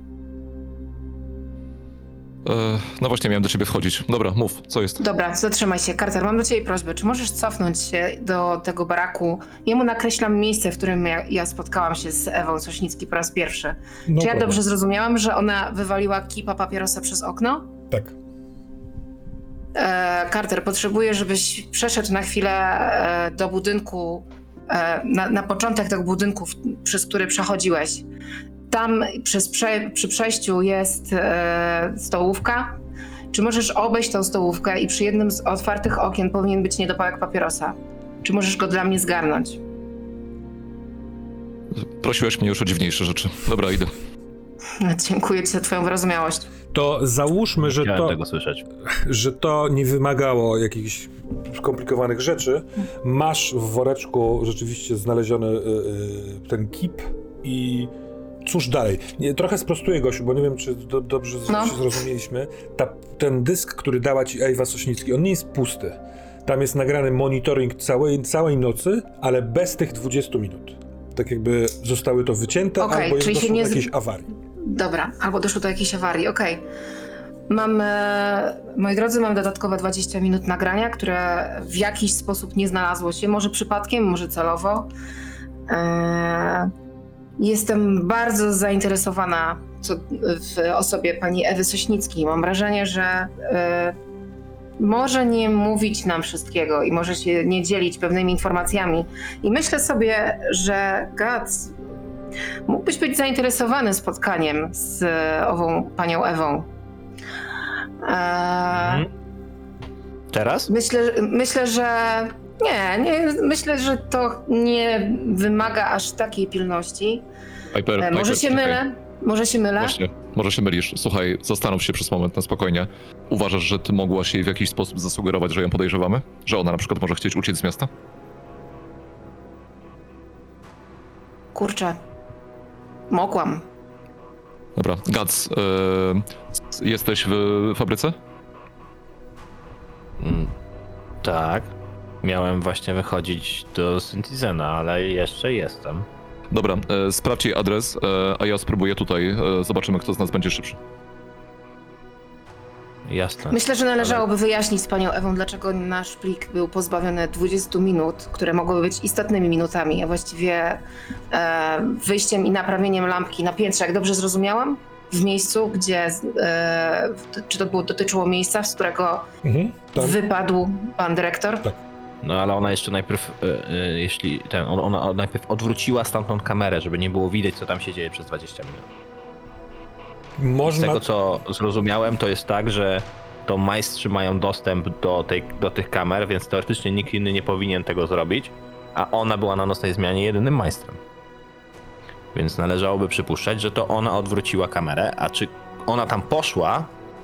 E, no właśnie, miałem do ciebie wchodzić. Dobra, mów, co jest? Dobra, zatrzymaj się. Carter, mam do ciebie prośbę. Czy możesz cofnąć się do tego baraku? Jemu nakreślam miejsce, w którym ja, ja spotkałam się z Ewą Sośnicki po raz pierwszy. No Czy ja problem. dobrze zrozumiałam, że ona wywaliła kipa papierosa przez okno? Tak. E, Carter, potrzebuję, żebyś przeszedł na chwilę e, do budynku, e, na, na początek tego budynku, w- przez który przechodziłeś. Tam przez prze, przy przejściu jest e, stołówka. Czy możesz obejść tą stołówkę i przy jednym z otwartych okien powinien być niedopałek papierosa? Czy możesz go dla mnie zgarnąć? Prosiłeś mnie już o dziwniejsze rzeczy. Dobra, idę. Dziękuję ci za twoją wyrozumiałość. To załóżmy, że Chciałem to, tego słyszeć. że to nie wymagało jakichś skomplikowanych rzeczy. Masz w woreczku rzeczywiście znaleziony y, y, ten kip i cóż dalej? Nie, trochę sprostuję, Gosiu, bo nie wiem, czy do, dobrze z- No. się zrozumieliśmy. Ta, ten dysk, który dała ci Ewa Sośnicki, on nie jest pusty. Tam jest nagrany monitoring całej, całej nocy, ale bez tych dwudziestu minut. Tak jakby zostały to wycięte, Okej, albo jest czyli się doszło nie do z- jakiejś awarii. Dobra, albo doszło do jakiejś awarii, okej. Mam, e, moi drodzy, mam dodatkowe dwadzieścia minut nagrania, które w jakiś sposób nie znalazło się, może przypadkiem, może celowo. E, jestem bardzo zainteresowana co, w osobie pani Ewy Sośnickiej. Mam wrażenie, że e, może nie mówić nam wszystkiego i może się nie dzielić pewnymi informacjami. I myślę sobie, że Gac, mógłbyś być zainteresowany spotkaniem z e, ową panią Ewą. Eee, Teraz? myślę, myślę, że nie, nie, myślę, że to nie wymaga aż takiej pilności. Piper, E, może Piper, się czekaj. mylę, może się mylę. Właśnie, może się mylisz. Słuchaj, zastanów się przez moment na spokojnie. Uważasz, że ty mogłaś jej w jakiś sposób zasugerować, że ją podejrzewamy? Że ona na przykład może chcieć uciec z miasta? Kurczę, mogłam. Dobra, Gac, yy, jesteś w fabryce? Tak. Miałem właśnie wychodzić do Syntizena, ale jeszcze jestem. Dobra, e, sprawdź jej adres, e, a ja spróbuję tutaj. E, zobaczymy, kto z nas będzie szybszy. Jasne. Myślę, że należałoby wyjaśnić z panią Ewą, dlaczego nasz plik był pozbawiony dwudziestu minut, które mogłyby być istotnymi minutami, a właściwie e, wyjściem i naprawieniem lampki na piętrze, jak dobrze zrozumiałam, w miejscu, gdzie, e, czy to było, dotyczyło miejsca, z którego Mhm, tak. wypadł pan dyrektor? Tak. No ale ona jeszcze najpierw, y, y, jeśli ten, on, ona najpierw odwróciła stamtąd kamerę, żeby nie było widać, co tam się dzieje przez dwadzieścia minut. Z Można... tego, co zrozumiałem, to jest tak, że to majstrzy mają dostęp do, tej, do tych kamer, więc teoretycznie nikt inny nie powinien tego zrobić, a ona była na nocnej zmianie jedynym majstrem. Więc należałoby przypuszczać, że to ona odwróciła kamerę, a czy ona tam poszła,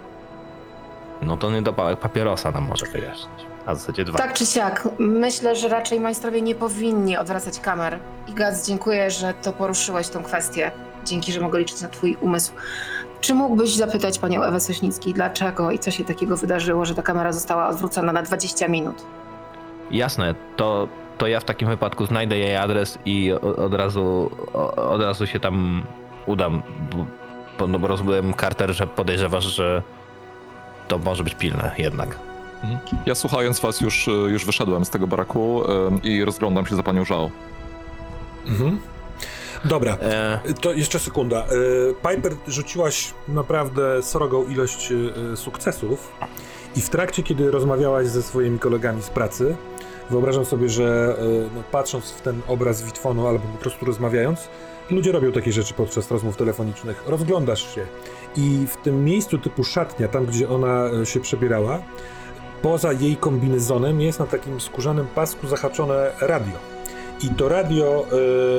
no to niedopałek papierosa nam może wyjaśnić. A w zasadzie dwa. Tak czy siak, myślę, że raczej majstrowie nie powinni odwracać kamer. I Gaz, dziękuję, że to poruszyłeś tą kwestię. Dzięki, że mogę liczyć na twój umysł. Czy mógłbyś zapytać panią Ewę Sośnicki, dlaczego i co się takiego wydarzyło, że ta kamera została odwrócona na dwadzieścia minut? Jasne, to, to ja w takim wypadku znajdę jej adres i o- od razu, o- od razu się tam udam, bo, bo, no bo rozumiem, Carter, że podejrzewasz, że to może być pilne jednak. Mhm. Ja słuchając was już, e, już wyszedłem z tego baraku e, i rozglądam się za panią Zhao. Mhm. Dobra, E, to jeszcze sekunda. E, Piper, rzuciłaś naprawdę srogą ilość e, sukcesów i w trakcie, kiedy rozmawiałaś ze swoimi kolegami z pracy, wyobrażam sobie, że e, no, patrząc w ten obraz Witfonu albo po prostu rozmawiając, ludzie robią takie rzeczy podczas rozmów telefonicznych. Rozglądasz się i w tym miejscu typu szatnia, tam gdzie ona e, się przebierała, poza jej kombinezonem jest na takim skórzanym pasku zahaczone radio. I to radio,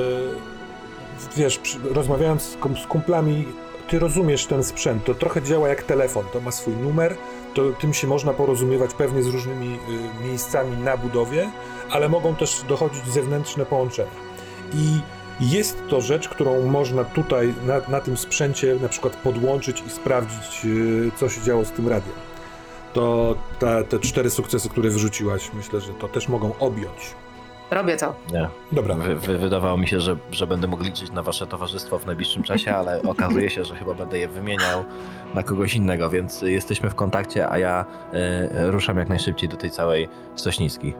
yy, wiesz, przy, rozmawiając z, kum, z kumplami, ty rozumiesz ten sprzęt, to trochę działa jak telefon, to ma swój numer, to tym się można porozumiewać pewnie z różnymi y, miejscami na budowie, ale mogą też dochodzić zewnętrzne połączenia. I jest to rzecz, którą można tutaj na, na tym sprzęcie na przykład podłączyć i sprawdzić, y, co się działo z tym radiem. To ta, te cztery sukcesy, które wyrzuciłaś, myślę, że to też mogą objąć. Robię to. nie. Dobra. Wy, wy, wydawało mi się, że, że będę mógł liczyć na wasze towarzystwo w najbliższym czasie, ale okazuje się, że chyba będę je wymieniał na kogoś innego, więc jesteśmy w kontakcie, a ja e, ruszam jak najszybciej do tej całej Sośnicki.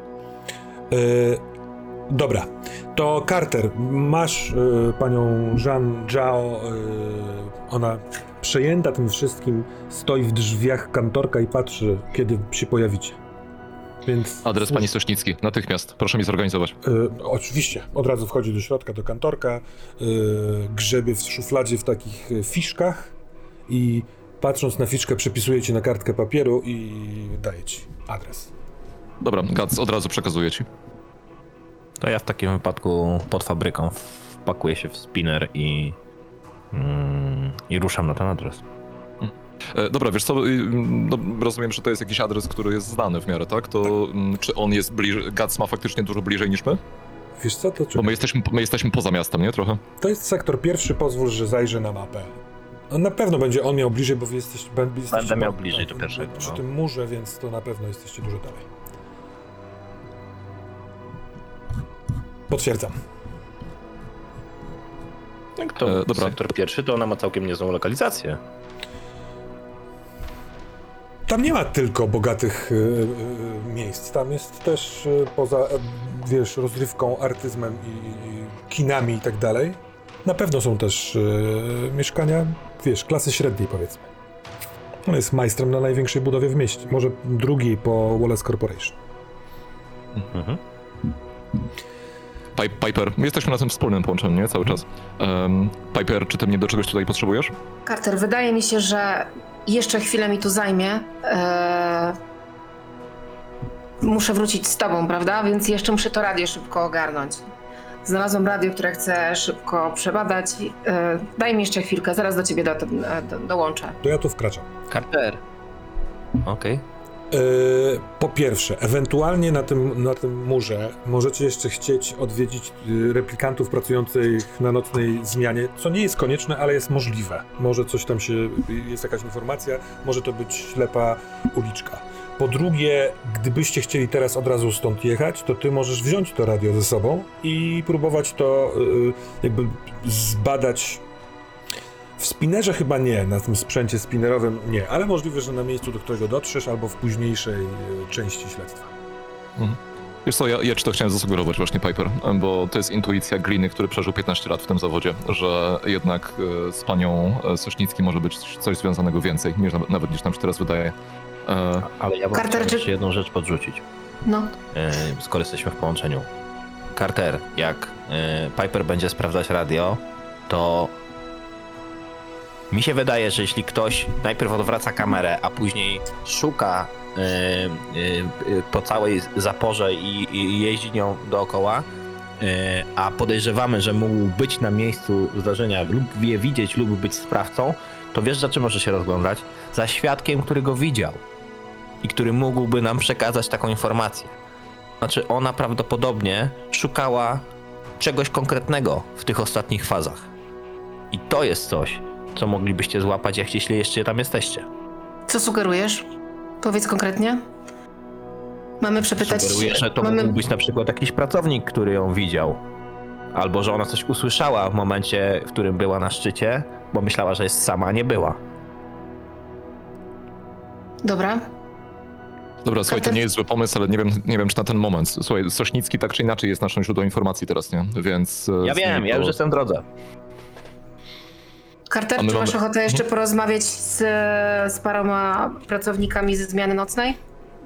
Yy, dobra, to Carter, masz yy, panią Jean Zhao, yy, ona przejęta tym wszystkim stoi w drzwiach kantorka i patrzy, kiedy się pojawicie. Więc Adres pani Sośnicki, natychmiast. Proszę mi zorganizować. Yy, oczywiście, od razu wchodzi do środka, do kantorka, yy, grzebie w szufladzie w takich yy, fiszkach i patrząc na fiszkę przepisuje ci na kartkę papieru i daje ci adres. Dobra, Gac, od razu przekazuję ci. To ja w takim wypadku pod fabryką wpakuję się w spinner i, mm, i ruszam na ten adres. E, dobra, wiesz co, y, no, rozumiem, że to jest jakiś adres, który jest znany w miarę, tak? To mm, czy on jest bliżej, Gac ma faktycznie dużo bliżej niż my? Wiesz co, to Bo czekaj. my jesteśmy, my jesteśmy poza miastem, nie? Trochę. To jest sektor pierwszy, pozwól, że zajrzę na mapę. No, na pewno będzie on miał bliżej, bo wy jesteście... Będę jesteście miał po- bliżej tak, do pierwszego, Przy no. tym murze, więc to na pewno jesteście dużo dalej. Potwierdzam. Jak to E, dobra. sektor pierwszy, to ona ma całkiem niezłą lokalizację. Tam nie ma tylko bogatych y, y, miejsc, tam jest też y, poza, y, wiesz, rozrywką, artyzmem i, i kinami i tak dalej. Na pewno są też y, mieszkania, wiesz, klasy średniej, powiedzmy. On jest majstrem na największej budowie w mieście, może drugiej po Wallace Corporation. Mhm. Pi- Piper, my jesteśmy na tym wspólnym połączeniu, nie? Cały czas. Um, Piper, czy ty mnie do czegoś tutaj potrzebujesz? Carter, wydaje mi się, że jeszcze chwilę mi tu zajmie. Eee... Muszę wrócić z tobą, prawda? Więc jeszcze muszę to radio szybko ogarnąć. Znalazłam radio, które chcę szybko przebadać. Eee... Daj mi jeszcze chwilkę, zaraz do ciebie do, do, dołączę. To ja tu wkraczam. Carter. Okej. Yy, po pierwsze, ewentualnie na tym, na tym murze możecie jeszcze chcieć odwiedzić yy, replikantów pracujących na nocnej zmianie, co nie jest konieczne, ale jest możliwe. Może coś tam się, jest jakaś informacja, może to być ślepa uliczka. Po drugie, gdybyście chcieli teraz od razu stąd jechać, to ty możesz wziąć to radio ze sobą i próbować to yy, jakby zbadać. W spinnerze chyba nie, na tym sprzęcie spinnerowym nie, ale możliwe, że na miejscu, do którego dotrzesz, albo w późniejszej yy, części śledztwa. Mhm. Wiesz co, ja, ja ci to chciałem zasugerować właśnie, Piper, bo to jest intuicja Gliny, który przeżył piętnaście lat w tym zawodzie, że jednak e, z panią e, Sośnicki może być coś związanego więcej, niż, nawet niż nam się teraz wydaje. E, Ale ja bym Carter, chciał czy- jeszcze jedną rzecz podrzucić, No. e, skoro jesteśmy w połączeniu. Carter, jak e, Piper będzie sprawdzać radio, to mi się wydaje, że jeśli ktoś najpierw odwraca kamerę, a później szuka e, e, e, po całej zaporze i, i jeździ nią dookoła, e, a podejrzewamy, że mógł być na miejscu zdarzenia lub je widzieć, lub być sprawcą, to wiesz, za czym może się rozglądać? Za świadkiem, który go widział i który mógłby nam przekazać taką informację. Znaczy, ona prawdopodobnie szukała czegoś konkretnego w tych ostatnich fazach. I to jest coś, co moglibyście złapać, jak jeśli jeszcze tam jesteście. Co sugerujesz? Powiedz konkretnie. Mamy przepytać... Sugeruję, że to mamy... mógł być na przykład jakiś pracownik, który ją widział. Albo że ona coś usłyszała w momencie, w którym była na szczycie, bo myślała, że jest sama, a nie była. Dobra. Dobra, słuchaj, to nie jest zły pomysł, ale nie wiem, nie wiem czy na ten moment. Słuchaj, Sośnicki tak czy inaczej jest naszym źródłem informacji teraz, nie? Więc... e, Ja z wiem, niej ja to- już jestem w drodze. Carter, A my czy masz mamy- ochotę jeszcze porozmawiać z, z paroma pracownikami ze zmiany nocnej?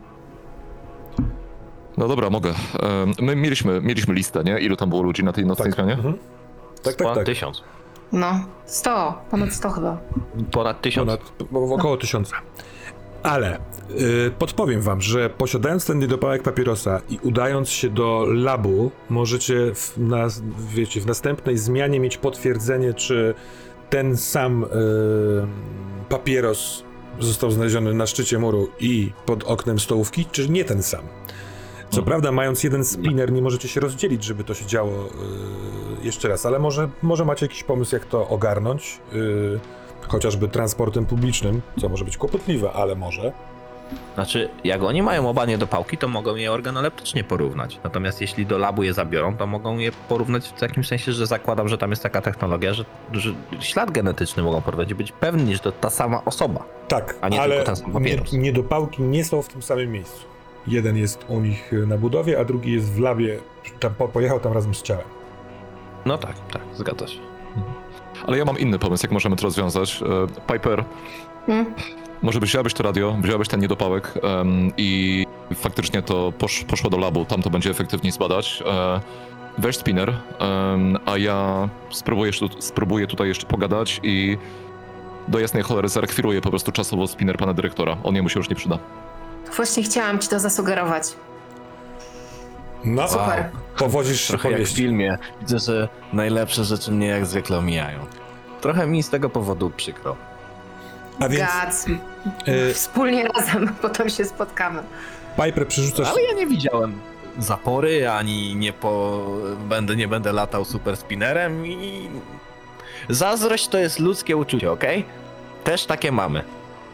No dobra, mogę. E, My mieliśmy, mieliśmy listę, nie? Ilu tam było ludzi na tej nocnej zmianie? Mhm. Tak, tak, Ponad tak. tysiąc. No, sto, ponad sto chyba. Ponad tysiąc. Ponad, bo- około tysiąca. Ale y, podpowiem wam, że posiadając ten niedopałek papierosa i udając się do labu, możecie w, na, wiecie, w następnej zmianie mieć potwierdzenie, czy ten sam y, papieros został znaleziony na szczycie muru i pod oknem stołówki, czy nie ten sam. Co Hmm. prawda, mając jeden spinner, nie możecie się rozdzielić, żeby to się działo y, jeszcze raz, ale może, może macie jakiś pomysł, jak to ogarnąć. Y, Chociażby transportem publicznym, co może być kłopotliwe, ale może. Znaczy, jak oni mają oba niedopałki, to mogą je organoleptycznie porównać. Natomiast jeśli do labu je zabiorą, to mogą je porównać w takim sensie, że zakładam, że tam jest taka technologia, że, że ślad genetyczny mogą porównać i być pewni, że to ta sama osoba. Tak, A nie ale tylko ten sam nie, papieros. niedopałki nie są w tym samym miejscu. Jeden jest u nich na budowie, a drugi jest w labie. Tam po, pojechał tam razem z ciałem. No tak, tak, zgadza się. Ale ja mam inny pomysł, jak możemy to rozwiązać. E, Piper, Hmm? może byś wzięłabyś to radio, wzięłabyś ten niedopałek em, i faktycznie to posz, poszło do labu, tam to będzie efektywniej zbadać. E, weź spinner, em, a ja spróbuję, spróbuję tutaj jeszcze pogadać i do jasnej cholery zarekwiruję po prostu czasowo spinner pana dyrektora. On jemu się już nie przyda. Właśnie chciałam ci to zasugerować. No, Super. powodzisz się Trochę jak w powieści. filmie. Widzę, że najlepsze rzeczy mnie jak zwykle omijają. Trochę mi z tego powodu przykro. A więc Gac. y, Wspólnie razem potem się spotkamy. Piper przerzucasz... Ale ja nie widziałem zapory, ani nie po... będę, nie będę latał super spinnerem i... Zazdrość to jest ludzkie uczucie, okej? Też takie mamy.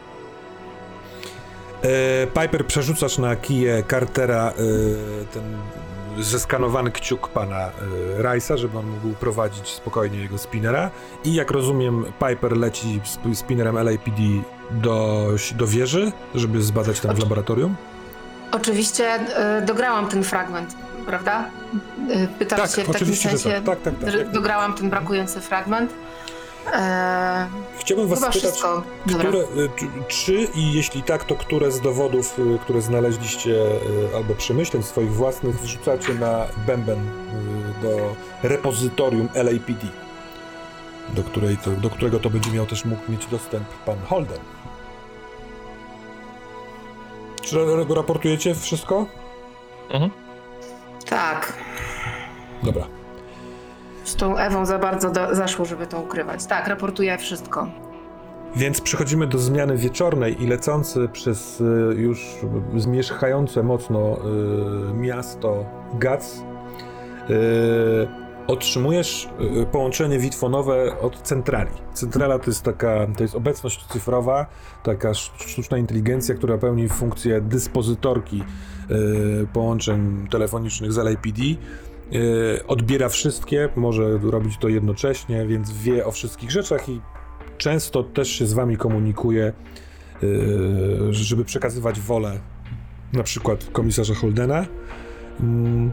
E, Piper, przerzucasz na kije Cartera e, ten zeskanowany kciuk pana e, Rice'a, żeby on mógł prowadzić spokojnie jego spinnera. I jak rozumiem, Piper leci z spinnerem L A P D do, do wieży, żeby zbadać tam w laboratorium. Oczywiście y, dograłam ten fragment, prawda? Y, pytam Tak, się w takim oczywiście, że sensie, tak. Tak, tak, tak. że dograłam ten brakujący fragment. E, Chciałbym was chyba spytać, wszystko. Dobra. które, y, czy, czy i jeśli tak, to które z dowodów, y, które znaleźliście, y, albo przemyśleń swoich własnych, wrzucacie na bęben y, do repozytorium L A P D, do, której to, do którego to będzie miał też mógł mieć dostęp pan Holden. Czy ra- raportujecie wszystko? Mhm. Tak. Dobra. Z tą Ewą za bardzo do, zaszło, żeby to ukrywać. Tak, raportuję wszystko. Więc przechodzimy do zmiany wieczornej i lecący przez y, już zmierzchające mocno y, miasto Gac. Y, otrzymujesz y, połączenie witfonowe od centrali. Centrala to jest taka, to jest obecność cyfrowa, taka sztuczna inteligencja, która pełni funkcję dyspozytorki y, połączeń telefonicznych z L A P D. Y, odbiera wszystkie, może robić to jednocześnie, więc wie o wszystkich rzeczach i często też się z wami komunikuje, y, żeby przekazywać wolę na przykład komisarza Holdena. Mm.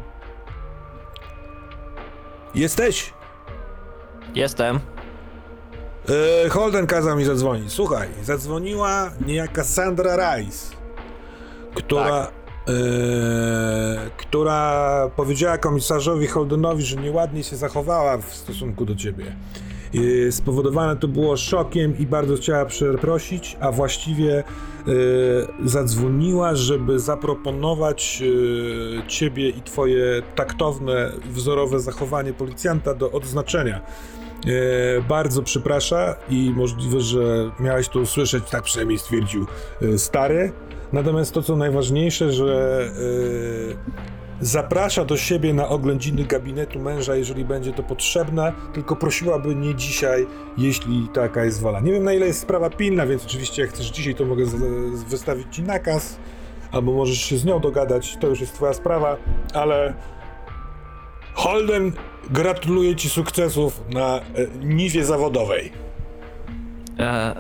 Jesteś? Jestem. Yy, Holden kazał mi zadzwonić. Słuchaj, zadzwoniła niejaka Sandra Rice, która, Tak. yy, która powiedziała komisarzowi Holdenowi, że nieładnie się zachowała w stosunku do ciebie. Yy, spowodowane to było szokiem i bardzo chciała przeprosić, a właściwie yy, zadzwoniła, żeby zaproponować yy, ciebie i twoje taktowne, wzorowe zachowanie policjanta do odznaczenia. E, bardzo przeprasza i możliwe, że miałeś to usłyszeć, tak przynajmniej stwierdził e, stary. Natomiast to, co najważniejsze, że e, zaprasza do siebie na oględziny gabinetu męża, jeżeli będzie to potrzebne, tylko prosiłaby nie dzisiaj, jeśli taka jest wola. Nie wiem, na ile jest sprawa pilna, więc oczywiście jak chcesz dzisiaj, to mogę z, z, wystawić ci nakaz, albo możesz się z nią dogadać, to już jest twoja sprawa, ale Holden, gratuluję ci sukcesów na e, niwie zawodowej. E,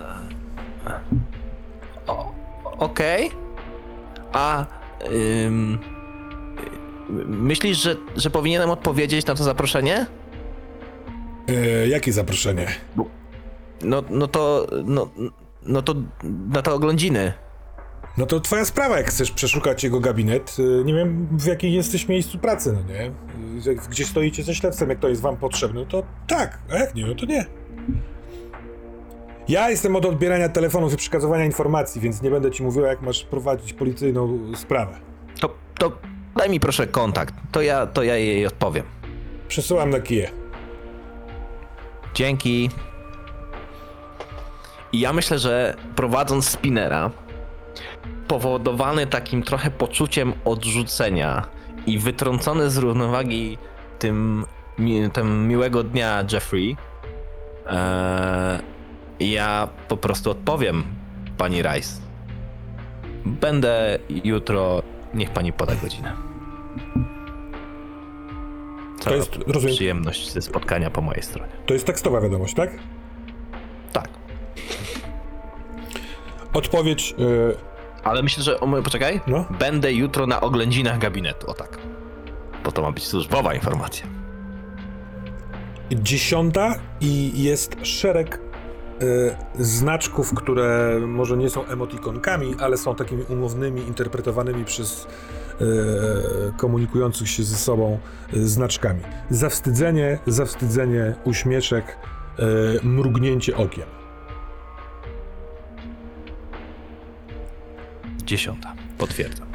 o, Okej. A ym, myślisz, że, że powinienem odpowiedzieć na to zaproszenie? E, jakie zaproszenie? No, no to. No, no to na te oględziny. No to twoja sprawa, jak chcesz przeszukać jego gabinet. E, nie wiem, w jakiej jesteś miejscu pracy, no nie? E, jak- gdzie stoicie ze śledztwem, jak to jest wam potrzebne, no to tak, a jak nie, no to nie. Ja jestem od odbierania telefonów i przekazywania informacji, więc nie będę ci mówiła, jak masz prowadzić policyjną sprawę. To, to daj mi proszę kontakt. To ja, to ja jej odpowiem. Przesyłam na kiję. Dzięki. I ja myślę, że prowadząc spinera, powodowany takim trochę poczuciem odrzucenia i wytrącony z równowagi tym, mi, tym miłego dnia Jeffrey, e, ja po prostu odpowiem pani Rice. Będę jutro, niech pani poda godzinę. To Cała jest, rozumiem, przyjemność ze spotkania po mojej stronie. to jest tekstowa wiadomość, tak? Tak. Odpowiedź, e, Ale myślę, że. O, poczekaj. no. Będę jutro na oględzinach gabinetu. O tak. Bo to ma być służbowa informacja. Dziesiąta i jest szereg e, znaczków, które może nie są emotikonkami, ale są takimi umownymi, interpretowanymi przez e, komunikujących się ze sobą e, znaczkami. Zawstydzenie, zawstydzenie, uśmieszek, e, mrugnięcie okiem. Dziesiąta. Potwierdzam.